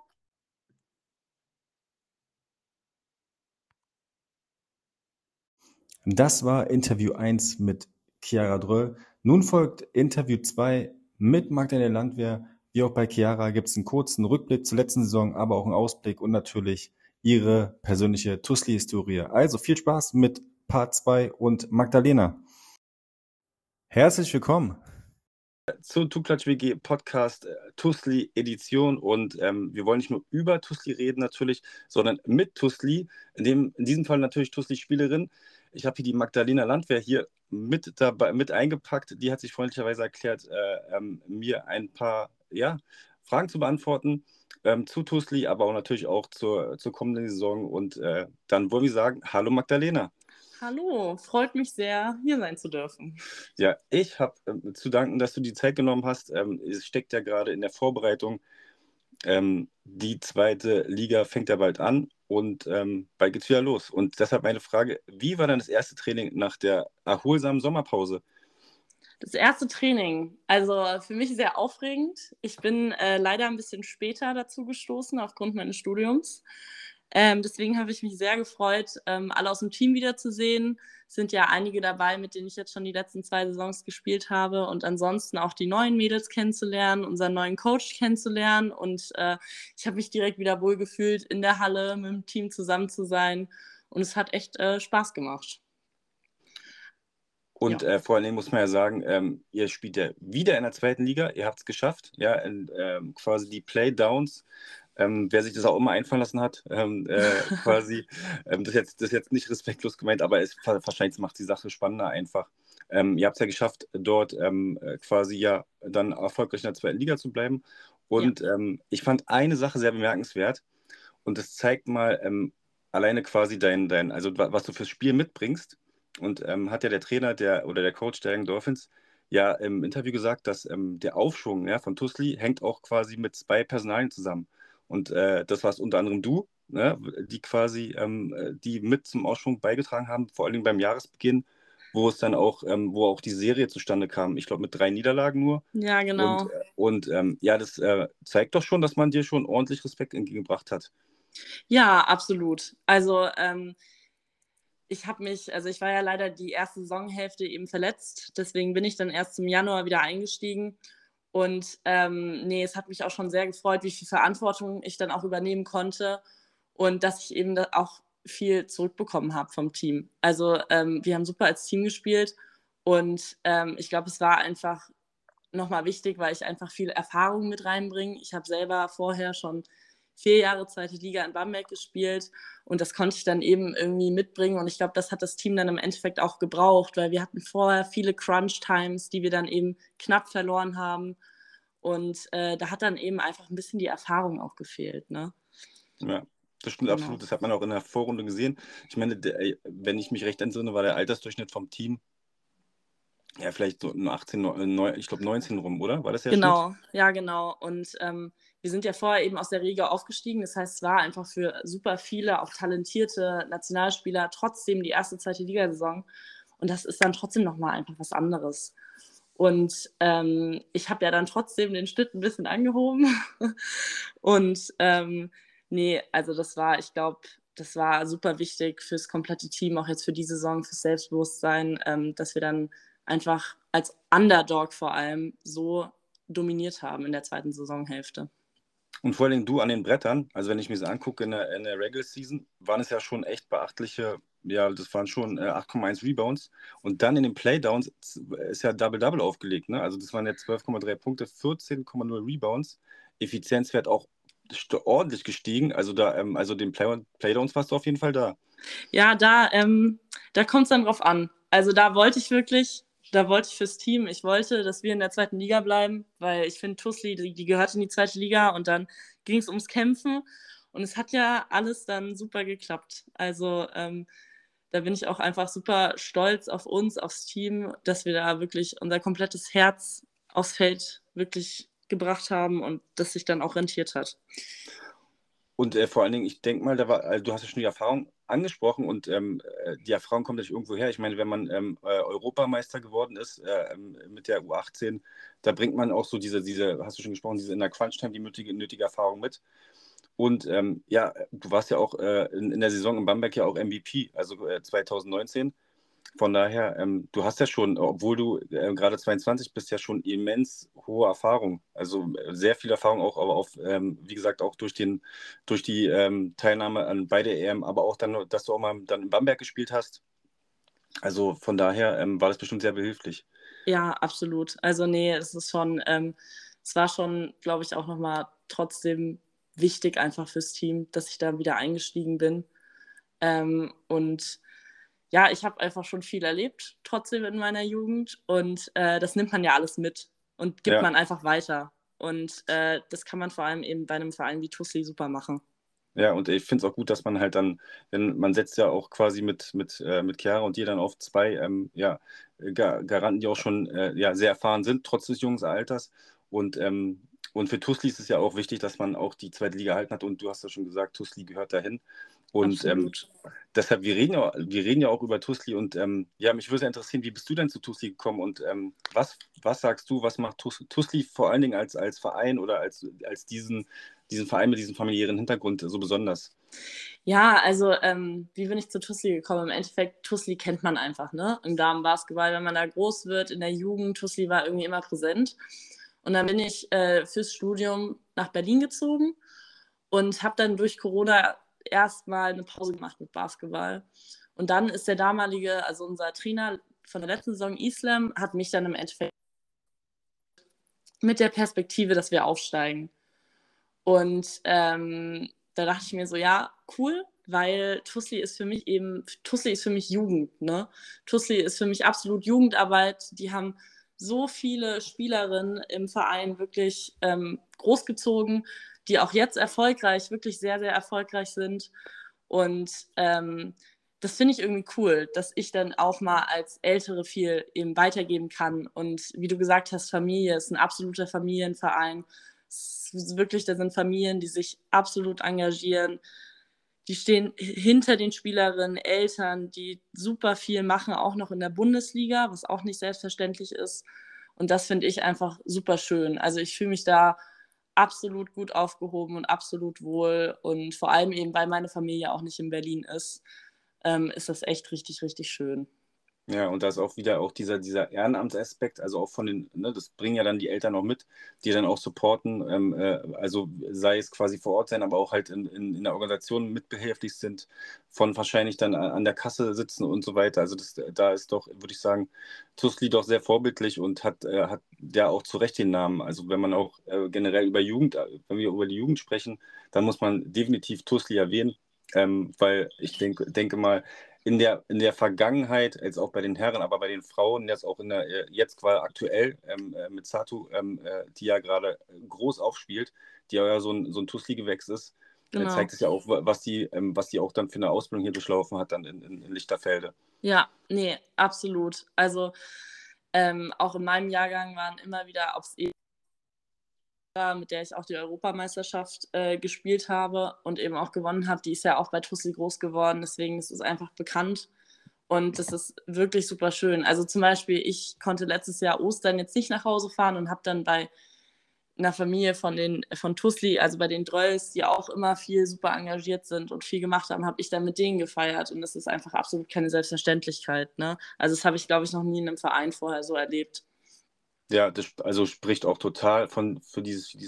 Das war Interview 1 mit Chiara Dröll. Nun folgt Interview 2 mit Magdalena Landwehr. Wie auch bei Chiara gibt es einen kurzen Rückblick zur letzten Saison, aber auch einen Ausblick und natürlich ihre persönliche TuSli-Historie. Also viel Spaß mit Part 2 und Magdalena. Herzlich willkommen zur Tuklatsch WG Podcast TuSli Edition und wir wollen nicht nur über TuSli reden natürlich, sondern mit TuSli, in diesem Fall natürlich TuSli Spielerin. Ich habe hier die Magdalena Landwehr hier mit eingepackt. Die hat sich freundlicherweise erklärt, mir ein paar Fragen zu beantworten zu TuSli, aber auch natürlich auch zur kommenden Saison. Und dann wollen wir sagen, hallo Magdalena. Hallo, freut mich sehr, hier sein zu dürfen. Ja, ich habe zu danken, dass du die Zeit genommen hast. Es steckt ja gerade in der Vorbereitung. Die zweite Liga fängt ja bald an und bald geht's wieder los. Und deshalb meine Frage, wie war dann das erste Training nach der erholsamen Sommerpause? Das erste Training, also für mich sehr aufregend. Ich bin leider ein bisschen später dazu gestoßen aufgrund meines Studiums. Deswegen habe ich mich sehr gefreut, alle aus dem Team wiederzusehen. Es sind ja einige dabei, mit denen ich jetzt schon die letzten 2 Saisons gespielt habe und ansonsten auch die neuen Mädels kennenzulernen, unseren neuen Coach kennenzulernen und ich habe mich direkt wieder wohlgefühlt, in der Halle mit dem Team zusammen zu sein und es hat echt Spaß gemacht. Und vor allen Dingen muss man ja sagen, ihr spielt ja wieder in der zweiten Liga, ihr habt es geschafft, ja, quasi die Playdowns. Wer sich das auch immer einfallen lassen hat, quasi, das ist jetzt nicht respektlos gemeint, aber wahrscheinlich macht die Sache spannender einfach. Ihr habt es ja geschafft, dort quasi ja dann erfolgreich in der zweiten Liga zu bleiben. Und ich fand eine Sache sehr bemerkenswert und das zeigt mal alleine quasi also was du fürs Spiel mitbringst. Und hat ja der Trainer oder der Coach der Young Dolphins ja im Interview gesagt, dass der Aufschwung von TuSli hängt auch quasi mit 2 Personalien zusammen. Und das warst unter anderem du, ne, die quasi die mit zum Aufschwung beigetragen haben, vor allem beim Jahresbeginn, wo es dann auch, wo auch die Serie zustande kam, ich glaube mit 3 Niederlagen nur. Ja, genau. Und ja, das zeigt doch schon, dass man dir schon ordentlich Respekt entgegengebracht hat. Ja, absolut. Also ich war ja leider die erste Saisonhälfte eben verletzt, deswegen bin ich dann erst im Januar wieder eingestiegen. Und nee, es hat mich auch schon sehr gefreut, wie viel Verantwortung ich dann auch übernehmen konnte und dass ich eben da auch viel zurückbekommen habe vom Team. Also wir haben super als Team gespielt und ich glaube, es war einfach nochmal wichtig, weil ich einfach viel Erfahrung mit reinbringe. Ich habe selber vorher schon 4 Jahre zweite Liga in Bamberg gespielt und das konnte ich dann eben irgendwie mitbringen und ich glaube, das hat das Team dann im Endeffekt auch gebraucht, weil wir hatten vorher viele Crunch-Times, die wir dann eben knapp verloren haben und da hat dann eben einfach ein bisschen die Erfahrung auch gefehlt, ne? Ja, das stimmt Genau. absolut. Das hat man auch in der Vorrunde gesehen. Ich meine, wenn ich mich recht entsinne, war der Altersdurchschnitt vom Team ja vielleicht so um 18, ich glaube 19 rum, oder? War das der Schnitt? Genau, ja, genau. Und wir sind ja vorher eben aus der Riege aufgestiegen. Das heißt, es war einfach für super viele, auch talentierte Nationalspieler trotzdem die erste, zweite Ligasaison. Und das ist dann trotzdem nochmal einfach was anderes. Und ich habe ja dann trotzdem den Schnitt ein bisschen angehoben. Und nee, also ich glaube, das war super wichtig fürs komplette Team, auch jetzt für die Saison, fürs Selbstbewusstsein, dass wir dann einfach als Underdog vor allem so dominiert haben in der zweiten Saisonhälfte. Und vor allem du an den Brettern, also wenn ich mir das angucke in der Regular Season, waren es ja schon echt beachtliche, ja, das waren schon 8,1 Rebounds. Und dann in den Playdowns ist ja Double-Double aufgelegt, ne? Also das waren ja 12,3 Punkte, 14,0 Rebounds. Effizienzwert auch ordentlich gestiegen. Also also den Playdowns warst du auf jeden Fall da. Ja, da kommt es dann drauf an. Also da wollte ich fürs Team, ich wollte, dass wir in der zweiten Liga bleiben, weil ich finde, TuSli, die gehört in die zweite Liga und dann ging es ums Kämpfen und es hat ja alles dann super geklappt. Also da bin ich auch einfach super stolz auf uns, aufs Team, dass wir da wirklich unser komplettes Herz aufs Feld wirklich gebracht haben und das sich dann auch rentiert hat. Und vor allen Dingen, ich denke mal, also du hast ja schon die Erfahrung angesprochen und die Erfahrung kommt natürlich irgendwo her. Ich meine, wenn man Europameister geworden ist mit der U18, da bringt man auch so hast du schon gesprochen, diese in der Crunch-Time, die nötige Erfahrung mit. Und ja, du warst ja auch in der Saison in Bamberg ja auch MVP, also 2019. Von daher, du hast ja schon, obwohl du gerade 22 bist, ja schon immens hohe Erfahrung. Also sehr viel Erfahrung auch, aber wie gesagt, auch durch die Teilnahme bei der EM, aber auch dann, dass du auch mal dann in Bamberg gespielt hast. Also von daher war das bestimmt sehr behilflich. Ja, absolut. Also nee, es war schon, glaube ich, auch nochmal trotzdem wichtig einfach fürs Team, dass ich da wieder eingestiegen bin. Und ja, ich habe einfach schon viel erlebt, trotzdem in meiner Jugend. Und das nimmt man ja alles mit und gibt Ja. man einfach weiter. Und das kann man vor allem eben bei einem Verein wie TuSli super machen. Ja, und ich finde es auch gut, dass man halt dann, wenn man setzt ja auch quasi mit Chiara und dir dann auf zwei ja, Garanten, die auch schon ja, sehr erfahren sind, trotz des jungen Alters. Und für TuSli ist es ja auch wichtig, dass man auch die zweite Liga erhalten hat. Und du hast ja schon gesagt, TuSli gehört dahin. Und Absolut. deshalb, wir reden ja auch über TuSli. Und ja, mich würde interessieren, wie bist du denn zu TuSli gekommen? Und was sagst du, was macht TuSli vor allen Dingen als Verein oder als diesen Verein mit diesem familiären Hintergrund so besonders? Ja, also wie bin ich zu TuSli gekommen? Im Endeffekt, TuSli kennt man einfach, ne? Im Damenbasketball, wenn man da groß wird, in der Jugend, TuSli war irgendwie immer präsent. Und dann bin ich fürs Studium nach Berlin gezogen und habe dann durch Corona erstmal eine Pause gemacht mit Basketball. Und dann ist der damalige, also unser Trainer von der letzten Saison, Islam, hat mich dann im Endeffekt mit der Perspektive, dass wir aufsteigen. Und da dachte ich mir so, ja, cool, weil TuSli ist für mich Jugend, ne? TuSli ist für mich absolut Jugendarbeit. Die haben so viele Spielerinnen im Verein wirklich großgezogen, die auch jetzt wirklich sehr, sehr erfolgreich sind. Und das finde ich irgendwie cool, dass ich dann auch mal als Ältere viel eben weitergeben kann. Und wie du gesagt hast, Familie ist ein absoluter Familienverein. Wirklich, da sind Familien, die sich absolut engagieren. Die stehen hinter den Spielerinnen, Eltern, die super viel machen, auch noch in der Bundesliga, was auch nicht selbstverständlich ist. Und das finde ich einfach super schön. Also ich fühle mich da absolut gut aufgehoben und absolut wohl. Und vor allem eben, weil meine Familie auch nicht in Berlin ist. ist das echt richtig, richtig schön. Ja, und da ist auch wieder auch dieser Ehrenamtsaspekt, also auch von den, ne, das bringen ja dann die Eltern auch mit, die dann auch supporten, also sei es quasi vor Ort sein, aber auch halt in der Organisation mitbehilflich sind, von wahrscheinlich dann an der Kasse sitzen und so weiter. Also da ist doch, würde ich sagen, TuSli doch sehr vorbildlich und hat ja auch zu Recht den Namen. Also wenn man auch generell über Jugend, wenn wir über die Jugend sprechen, dann muss man definitiv TuSli erwähnen, weil ich denke mal, in der Vergangenheit, jetzt auch bei den Herren, aber bei den Frauen, jetzt auch jetzt quasi aktuell mit Satu, die ja gerade groß aufspielt, die ja so ein TuS-Gewächs ist, Genau. zeigt es ja auch, was die auch dann für eine Ausbildung hier durchlaufen hat, dann in Lichterfelde. Ja, nee, absolut. Also auch in meinem Jahrgang waren immer wieder, ob es mit der ich auch die Europameisterschaft gespielt habe und eben auch gewonnen habe, die ist ja auch bei TuSi groß geworden, deswegen ist es einfach bekannt und das ist wirklich super schön. Also zum Beispiel, ich konnte letztes Jahr Ostern jetzt nicht nach Hause fahren und habe dann bei einer Familie von TuSli, also bei den Drolls, die auch immer viel super engagiert sind und viel gemacht haben, habe ich dann mit denen gefeiert und das ist einfach absolut keine Selbstverständlichkeit. Ne? Also das habe ich, glaube ich, noch nie in einem Verein vorher so erlebt. Ja, das also spricht auch total für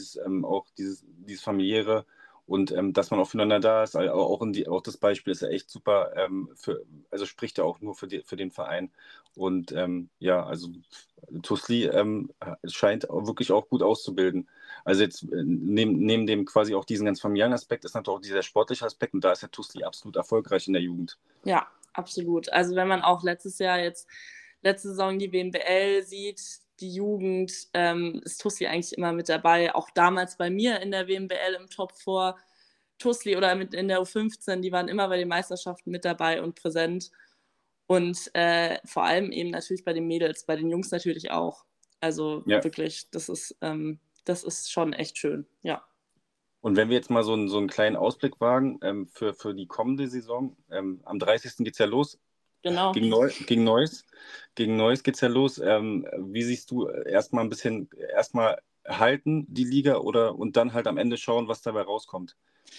dieses familiäre und dass man auch füreinander da ist. Also auch das Beispiel ist ja echt super. Also spricht ja auch nur für den Verein. Und ja, also TuSli scheint auch wirklich auch gut auszubilden. Also jetzt neben dem quasi auch diesen ganz familiären Aspekt ist natürlich auch dieser sportliche Aspekt und da ist ja TuSli absolut erfolgreich in der Jugend. Ja, absolut. Also wenn man auch letzte Saison die WNBL sieht, die Jugend, ist TuSli eigentlich immer mit dabei. Auch damals bei mir in der WNBL im Top 4, TuSli oder in der U15, die waren immer bei den Meisterschaften mit dabei und präsent. Und vor allem eben natürlich bei den Mädels, bei den Jungs natürlich auch. Also Ja. wirklich, das ist schon echt schön, ja. Und wenn wir jetzt mal so einen kleinen Ausblick wagen für die kommende Saison, am 30. geht es ja los Genau. gegen Neuss. Gegen Neuss geht es ja los. Wie siehst du erstmal halten die Liga und dann halt am Ende schauen, was dabei rauskommt?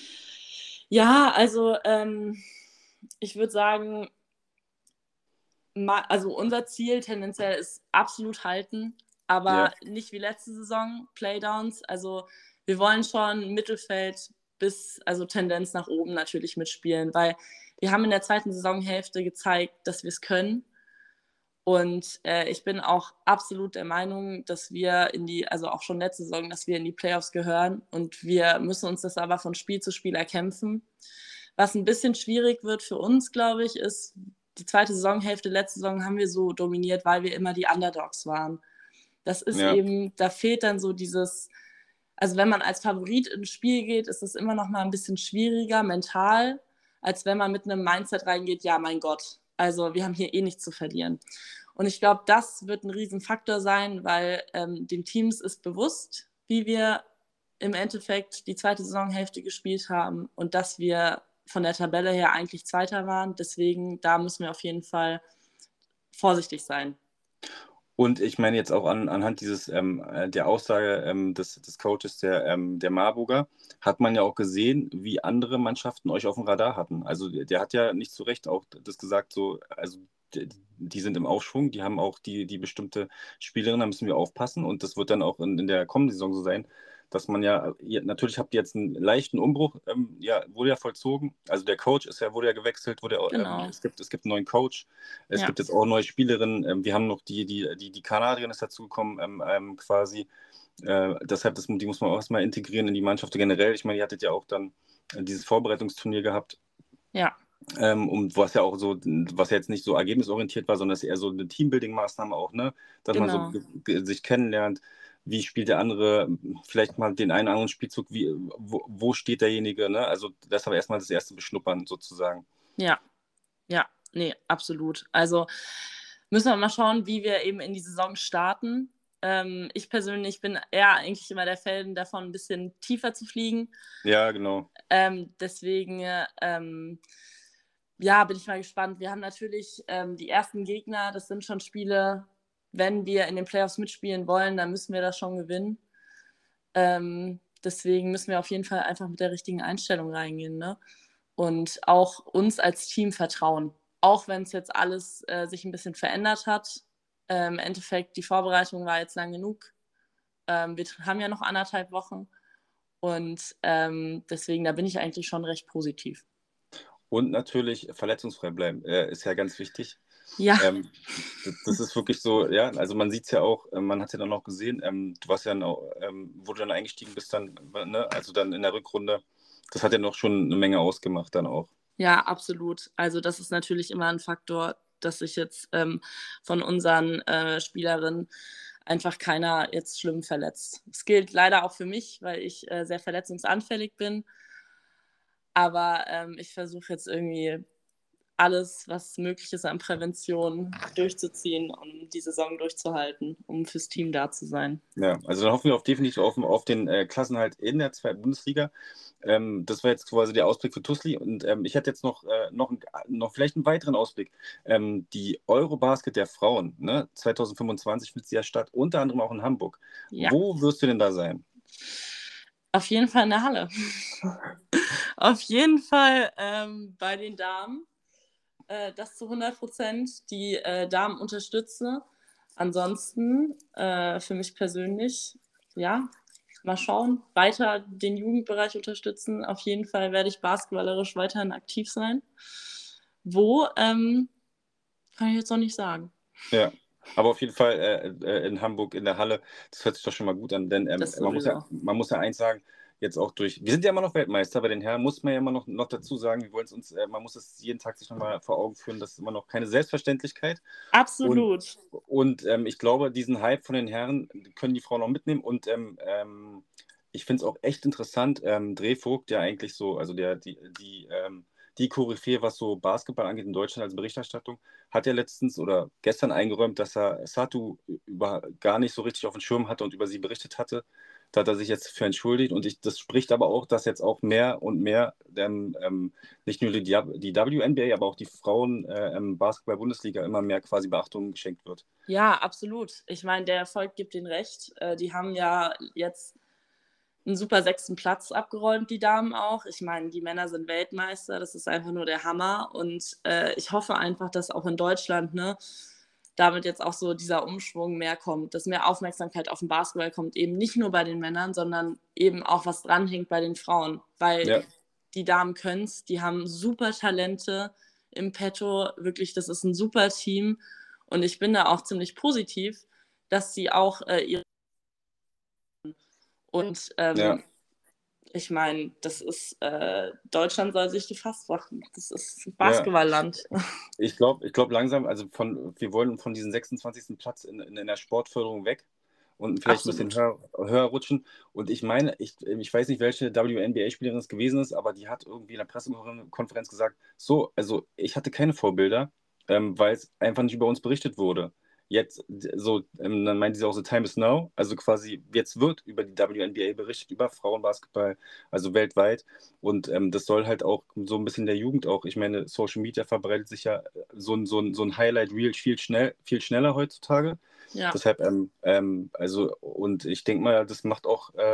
Ja, also ich würde sagen, also unser Ziel tendenziell ist absolut halten, Ja, aber nicht wie letzte Saison, Playdowns. Also wir wollen schon Mittelfeld also Tendenz nach oben natürlich mitspielen, weil wir haben in der zweiten Saisonhälfte gezeigt, dass wir es können. Und ich bin auch absolut der Meinung, dass wir also auch schon letzte Saison, dass wir in die Playoffs gehören. Und wir müssen uns das aber von Spiel zu Spiel erkämpfen. Was ein bisschen schwierig wird für uns, glaube ich, ist, die zweite Saisonhälfte letzte Saison haben wir so dominiert, weil wir immer die Underdogs waren. Das ist ja. eben, da fehlt dann so also wenn man als Favorit ins Spiel geht, ist es immer noch mal ein bisschen schwieriger mental, als wenn man mit einem Mindset reingeht, ja, mein Gott, also wir haben hier eh nichts zu verlieren. Und ich glaube, das wird ein Riesenfaktor sein, weil den Teams ist bewusst, wie wir im Endeffekt die zweite Saisonhälfte gespielt haben und dass wir von der Tabelle her eigentlich Zweiter waren. Deswegen, da müssen wir auf jeden Fall vorsichtig sein. Und ich meine jetzt auch anhand der Aussage des Coaches der Marburger, hat man ja auch gesehen, wie andere Mannschaften euch auf dem Radar hatten. Also der hat ja nicht zu Recht auch das gesagt, so, also die sind im Aufschwung, die haben auch die bestimmte Spielerin, da müssen wir aufpassen und das wird dann auch in der kommenden Saison so sein, dass man natürlich habt ihr jetzt einen leichten Umbruch, ja, wurde ja vollzogen. Also der Coach wurde ja gewechselt, Genau. es gibt einen neuen Coach, es Ja. gibt jetzt auch neue Spielerinnen, wir haben noch die Kanadierin ist dazugekommen, quasi. Deshalb, die muss man auch erstmal integrieren in die Mannschaft generell. Ich meine, ihr hattet ja auch dann dieses Vorbereitungsturnier gehabt, Ja, was ja auch so, was ja jetzt nicht so ergebnisorientiert war, sondern das ist eher so eine Teambuilding-Maßnahme auch, ne? Dass man so genau. sich kennenlernt, wie spielt der andere, vielleicht mal den einen oder anderen Spielzug, wo steht derjenige, ne? Also das aber erstmal das erste Beschnuppern sozusagen. Ja, ja, nee, absolut. Also müssen wir mal schauen, wie wir eben in die Saison starten. Ich persönlich bin eher eigentlich immer der Fan davon, ein bisschen tiefer zu fliegen. Ja, genau. Deswegen, ja, bin ich mal gespannt. Wir haben natürlich die ersten Gegner, das sind schon Spiele, wenn wir in den Playoffs mitspielen wollen, dann müssen wir das schon gewinnen. Deswegen müssen wir auf jeden Fall einfach mit der richtigen Einstellung reingehen, ne? und auch uns als Team vertrauen. Auch wenn es jetzt alles sich ein bisschen verändert hat. Im Endeffekt, die Vorbereitung war jetzt lang genug. Wir haben ja noch 1,5 Wochen und deswegen, da bin ich eigentlich schon recht positiv. Und natürlich verletzungsfrei bleiben, ist ja ganz wichtig. Ja, Das ist wirklich so, ja, also man sieht es ja auch, man hat es ja dann auch gesehen, du warst ja dann auch, wo du dann eingestiegen bist, dann, ne, also dann in der Rückrunde, das hat ja noch schon eine Menge ausgemacht dann auch. ja, absolut. Also das ist natürlich immer ein Faktor, dass sich jetzt von unseren Spielerinnen einfach keiner jetzt schlimm verletzt. Es gilt leider auch für mich, weil ich sehr verletzungsanfällig bin. Aber ich versuche jetzt irgendwie alles, was möglich ist an Prävention durchzuziehen, um die Saison durchzuhalten, um fürs Team da zu sein. Ja, also dann hoffen wir definitiv auf den Klassenerhalt in der zweiten Bundesliga. Das war jetzt quasi der Ausblick für TuSli und ich hätte jetzt noch vielleicht einen weiteren Ausblick. Die Eurobasket der Frauen, ne? 2025 findet sie ja statt, unter anderem auch in Hamburg. Ja. Wo wirst du denn da sein? Auf jeden Fall in der Halle. Auf jeden Fall bei den Damen. Das zu 100%. Die Damen unterstütze. Ansonsten für mich persönlich, ja, mal schauen. Weiter den Jugendbereich unterstützen. Auf jeden Fall werde ich basketballerisch weiterhin aktiv sein. Wo, kann ich jetzt noch nicht sagen. Ja, aber auf jeden Fall in Hamburg in der Halle, das hört sich doch schon mal gut an, denn Das man muss ja eins sagen, jetzt auch wir sind ja immer noch Weltmeister, bei den Herren muss man ja immer noch dazu sagen, wir wollen es uns, man muss es jeden Tag sich nochmal vor Augen führen, das ist immer noch keine Selbstverständlichkeit. Absolut. Und ich glaube, diesen Hype von den Herren können die Frauen auch mitnehmen und ich finde es auch echt interessant, Drehvogt, der eigentlich so, also die Koryphäe, was so Basketball angeht in Deutschland als Berichterstattung, hat ja letztens oder gestern eingeräumt, dass er Satu gar nicht so richtig auf dem Schirm hatte und über sie berichtet hatte. Da hat er sich jetzt für entschuldigt und das spricht aber auch, dass jetzt auch mehr und mehr nicht nur die WNBA, aber auch die Frauen Basketball-Bundesliga immer mehr quasi Beachtung geschenkt wird. Ja, absolut. Ich meine, der Erfolg gibt ihnen recht. Die haben ja jetzt einen super 6. Platz abgeräumt, die Damen auch. Ich meine, die Männer sind Weltmeister, das ist einfach nur der Hammer. Und ich hoffe einfach, dass auch in Deutschland, ne, damit jetzt auch so dieser Umschwung mehr kommt, dass mehr Aufmerksamkeit auf den Basketball kommt, eben nicht nur bei den Männern, sondern eben auch was dranhängt bei den Frauen. Weil die Damen können es, die haben super Talente im Petto, wirklich, das ist ein super Team. Und ich bin da auch ziemlich positiv, dass sie auch ihre und ich meine, das ist, Deutschland soll sich gefasst machen. Das ist ein Basketballland. Ja. Ich glaube langsam, also wir wollen von diesem 26. Platz in der Sportförderung weg und vielleicht ein bisschen höher rutschen. Und ich meine, ich weiß nicht, welche WNBA-Spielerin es gewesen ist, aber die hat irgendwie in der Pressekonferenz gesagt, so, also ich hatte keine Vorbilder, weil es einfach nicht über uns berichtet wurde. Jetzt so, dann meint sie auch so, Time is now. Also quasi, jetzt wird über die WNBA berichtet, über Frauenbasketball, also weltweit. Und das soll halt auch so ein bisschen der Jugend auch, ich meine, Social Media verbreitet sich ja so ein Highlight-Reel viel schneller heutzutage. Ja. Deshalb, also, und ich denke mal, das macht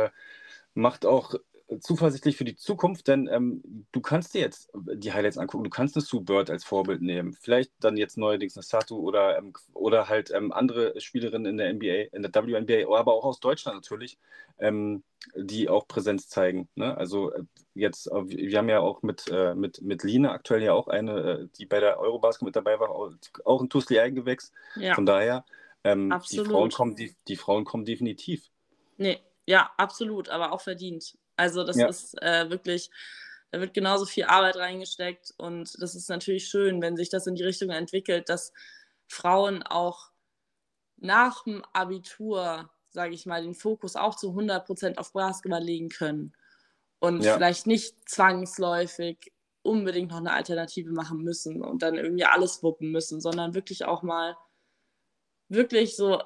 auch zuversichtlich für die Zukunft, denn du kannst dir jetzt die Highlights angucken, du kannst eine Sue Bird als Vorbild nehmen, vielleicht dann jetzt neuerdings eine Satu oder halt andere Spielerinnen in der NBA, in der WNBA, aber auch aus Deutschland natürlich, die auch Präsenz zeigen. Ne? Also jetzt, wir haben ja auch mit Line aktuell ja auch eine, die bei der Eurobasket mit dabei war, auch ein TuSli Eigengewächs. Ja. Von daher, absolut. die Frauen kommen definitiv. Nee, ja, absolut, aber auch verdient. Also das ist wirklich, da wird genauso viel Arbeit reingesteckt und das ist natürlich schön, wenn sich das in die Richtung entwickelt, dass Frauen auch nach dem Abitur, sage ich mal, den Fokus auch zu 100% auf Basketball legen können und vielleicht nicht zwangsläufig unbedingt noch eine Alternative machen müssen und dann irgendwie alles wuppen müssen, sondern wirklich auch mal wirklich so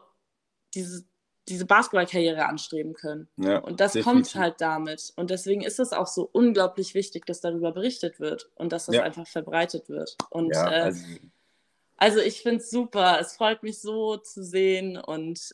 diese Basketballkarriere anstreben können. Ja, und das kommt halt damit. Und deswegen ist es auch so unglaublich wichtig, dass darüber berichtet wird und dass das einfach verbreitet wird. Und also ich finde es super. Es freut mich so zu sehen und ich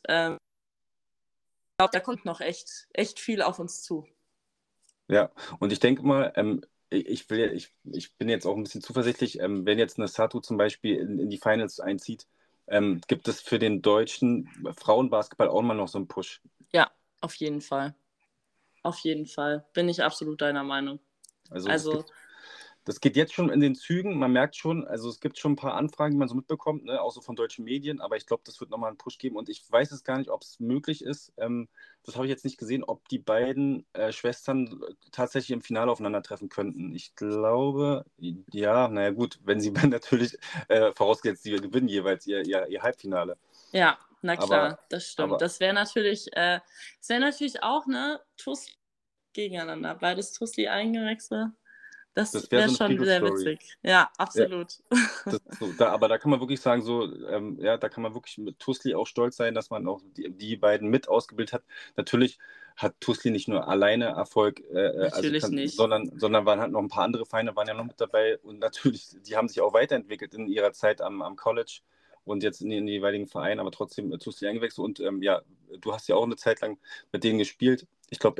glaube, da kommt noch echt viel auf uns zu. Ja, und ich denke mal, ich bin jetzt auch ein bisschen zuversichtlich, wenn jetzt eine Satu zum Beispiel in die Finals einzieht, gibt es für den deutschen Frauenbasketball auch mal noch so einen Push. Ja, auf jeden Fall. Auf jeden Fall. Bin ich absolut deiner Meinung. Also das geht jetzt schon in den Zügen, man merkt schon, also es gibt schon ein paar Anfragen, die man so mitbekommt, ne, auch so von deutschen Medien, aber ich glaube, das wird nochmal einen Push geben und ich weiß es gar nicht, ob es möglich ist, das habe ich jetzt nicht gesehen, ob die beiden Schwestern tatsächlich im Finale aufeinandertreffen könnten. Ich glaube, ja, naja gut, wenn sie natürlich, vorausgesetzt, sie gewinnen jeweils ihr Halbfinale. Ja, na klar, Aber- das stimmt. aber- Das wäre natürlich auch eine Tussi gegeneinander. Beides Tussi-Eingewächse. Das Das wäre wäre so eine schon sehr Feel-Good-Story. witzig. Ja, absolut. Aber da kann man wirklich sagen, so, ja, da kann man wirklich mit Tusli auch stolz sein, dass man auch die beiden mit ausgebildet hat. Natürlich hat Tusli nicht nur alleine Erfolg, Natürlich nicht. sondern waren halt noch ein paar andere Vereine, waren ja noch mit dabei und natürlich, die haben sich auch weiterentwickelt in ihrer Zeit am College und jetzt in den jeweiligen Vereinen, aber trotzdem Tusli eingewechselt und ja, du hast ja auch eine Zeit lang mit denen gespielt. Ich glaube,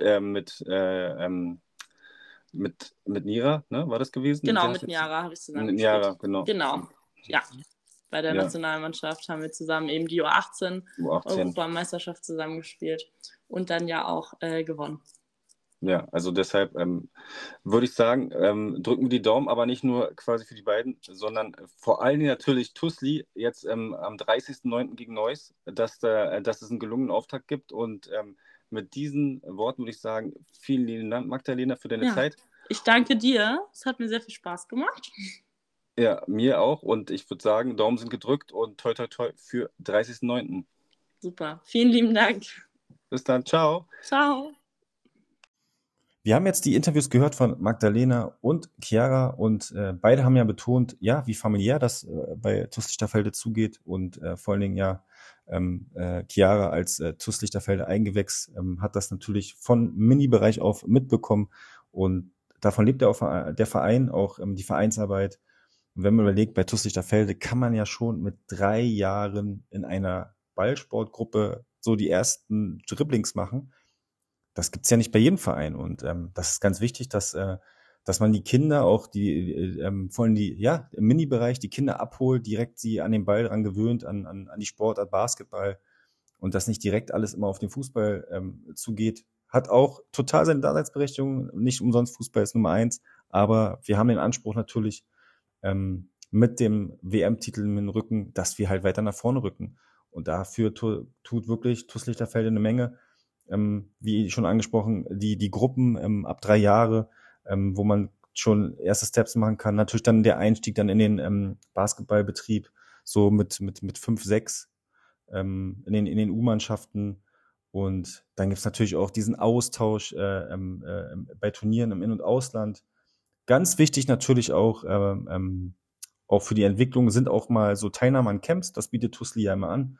mit Nira, ne, war das gewesen? Genau, mit Niara habe ich zusammen gespielt. Niara, genau. Genau, ja. Bei der Ja. Nationalmannschaft haben wir zusammen eben die U18 U18. Europameisterschaft zusammengespielt und dann ja auch gewonnen. Ja, also deshalb würde ich sagen, drücken wir die Daumen, aber nicht nur quasi für die beiden, sondern vor allen Dingen natürlich Tusli jetzt am 30.09. gegen Neuss, dass es einen gelungenen Auftakt gibt. Und mit diesen Worten würde ich sagen, vielen lieben Dank, Magdalena, für deine Zeit. Ich danke dir. Es hat mir sehr viel Spaß gemacht. Ja, mir auch. Und ich würde sagen, Daumen sind gedrückt und toi toi toi für 30.09. Super. Vielen lieben Dank. Bis dann. Ciao. Ciao. Wir haben jetzt die Interviews gehört von Magdalena und Chiara und beide haben ja betont, ja, wie familiär das bei TuS Lichterfelde zugeht und vor allen Dingen ja Chiara als TuS Lichterfelde Eingewächs hat das natürlich von Mini-Bereich auf mitbekommen und davon lebt ja auch der Verein, auch die Vereinsarbeit. Und wenn man überlegt, bei TuS Lichterfelde kann man ja schon mit 3 Jahren in einer Ballsportgruppe so die ersten Dribblings machen. Das gibt's ja nicht bei jedem Verein und das ist ganz wichtig, dass man die Kinder auch vor allem im Mini-Bereich die Kinder abholt, direkt sie an den Ball dran gewöhnt, an die Sportart Basketball und dass nicht direkt alles immer auf den Fußball zugeht, hat auch total seine Daseinsberechtigung. Nicht umsonst Fußball ist Nummer 1, aber wir haben den Anspruch natürlich mit dem WM-Titel im Rücken, dass wir halt weiter nach vorne rücken und dafür tut wirklich TuS Lichterfelde eine Menge. Wie schon angesprochen, die Gruppen ab 3 Jahre, wo man schon erste Steps machen kann. Natürlich dann der Einstieg dann in den Basketballbetrieb, so mit 5, 6 in den U-Mannschaften. Und dann gibt's natürlich auch diesen Austausch bei Turnieren im In- und Ausland. Ganz wichtig natürlich auch für die Entwicklung sind auch mal so Teilnahme an Camps, das bietet TuSli ja immer an.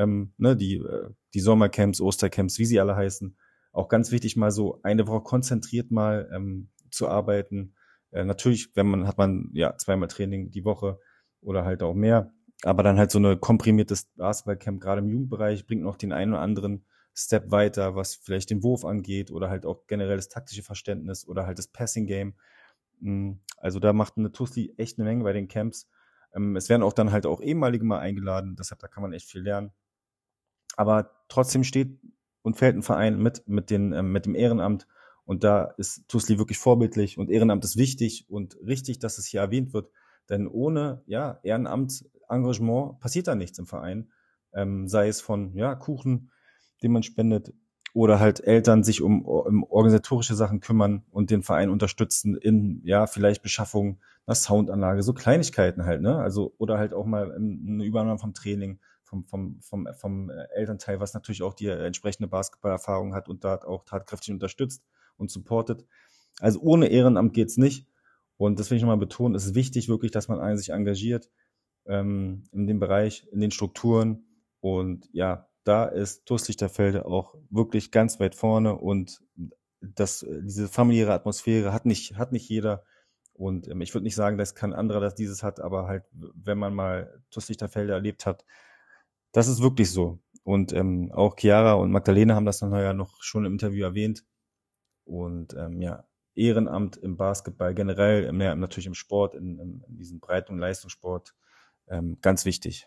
Die Sommercamps, Ostercamps, wie sie alle heißen. Auch ganz wichtig, mal so eine Woche konzentriert mal zu arbeiten. Natürlich, hat man ja 2-mal Training die Woche oder halt auch mehr. Aber dann halt so eine komprimiertes Basketballcamp, gerade im Jugendbereich, bringt noch den einen oder anderen Step weiter, was vielleicht den Wurf angeht oder halt auch generell das taktische Verständnis oder halt das Passing-Game. Also da macht eine TuSli echt eine Menge bei den Camps. Es werden auch dann halt auch ehemalige mal eingeladen, deshalb da kann man echt viel lernen. Aber trotzdem steht und fällt ein Verein mit dem Ehrenamt und da ist TuSli wirklich vorbildlich und Ehrenamt ist wichtig und richtig, dass es hier erwähnt wird, denn ohne Ehrenamtsengagement passiert da nichts im Verein, sei es von Kuchen, den man spendet oder halt Eltern sich um organisatorische Sachen kümmern und den Verein unterstützen in vielleicht Beschaffung einer Soundanlage, so Kleinigkeiten halt, ne? Also oder halt auch mal eine Übernahme vom Training vom Elternteil, was natürlich auch die entsprechende Basketballerfahrung hat und da auch tatkräftig unterstützt und supportet. Also ohne Ehrenamt geht's nicht. Und das will ich nochmal betonen, es ist wichtig wirklich, dass man sich engagiert in dem Bereich, in den Strukturen. Und ja, da ist TuS Lichterfelde auch wirklich ganz weit vorne und diese familiäre Atmosphäre hat nicht jeder. Und ich würde nicht sagen, dass kein anderer das dieses hat, aber halt, wenn man mal TuS Lichterfelde erlebt hat, das ist wirklich so. Und auch Chiara und Magdalena haben das dann ja noch schon im Interview erwähnt. Und Ehrenamt im Basketball, generell, natürlich im Sport, in diesem Breiten- und Leistungssport, ganz wichtig.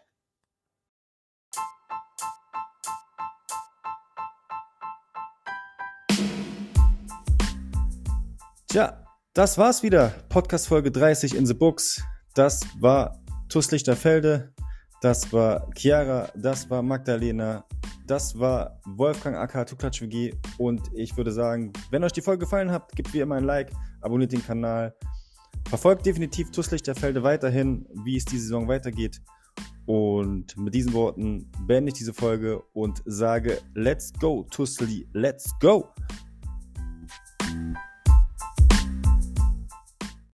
Tja, das war's wieder. Podcast Folge 30 in the books. Das war TuS Lichterfelde, das war Chiara, das war Magdalena, das war Wolfgang aka Tuklatsch WG und ich würde sagen, wenn euch die Folge gefallen hat, gebt wie immer ein Like, abonniert den Kanal, verfolgt definitiv TuS Lichterfelde weiterhin, wie es die Saison weitergeht und mit diesen Worten beende ich diese Folge und sage Let's go TuSli, let's go!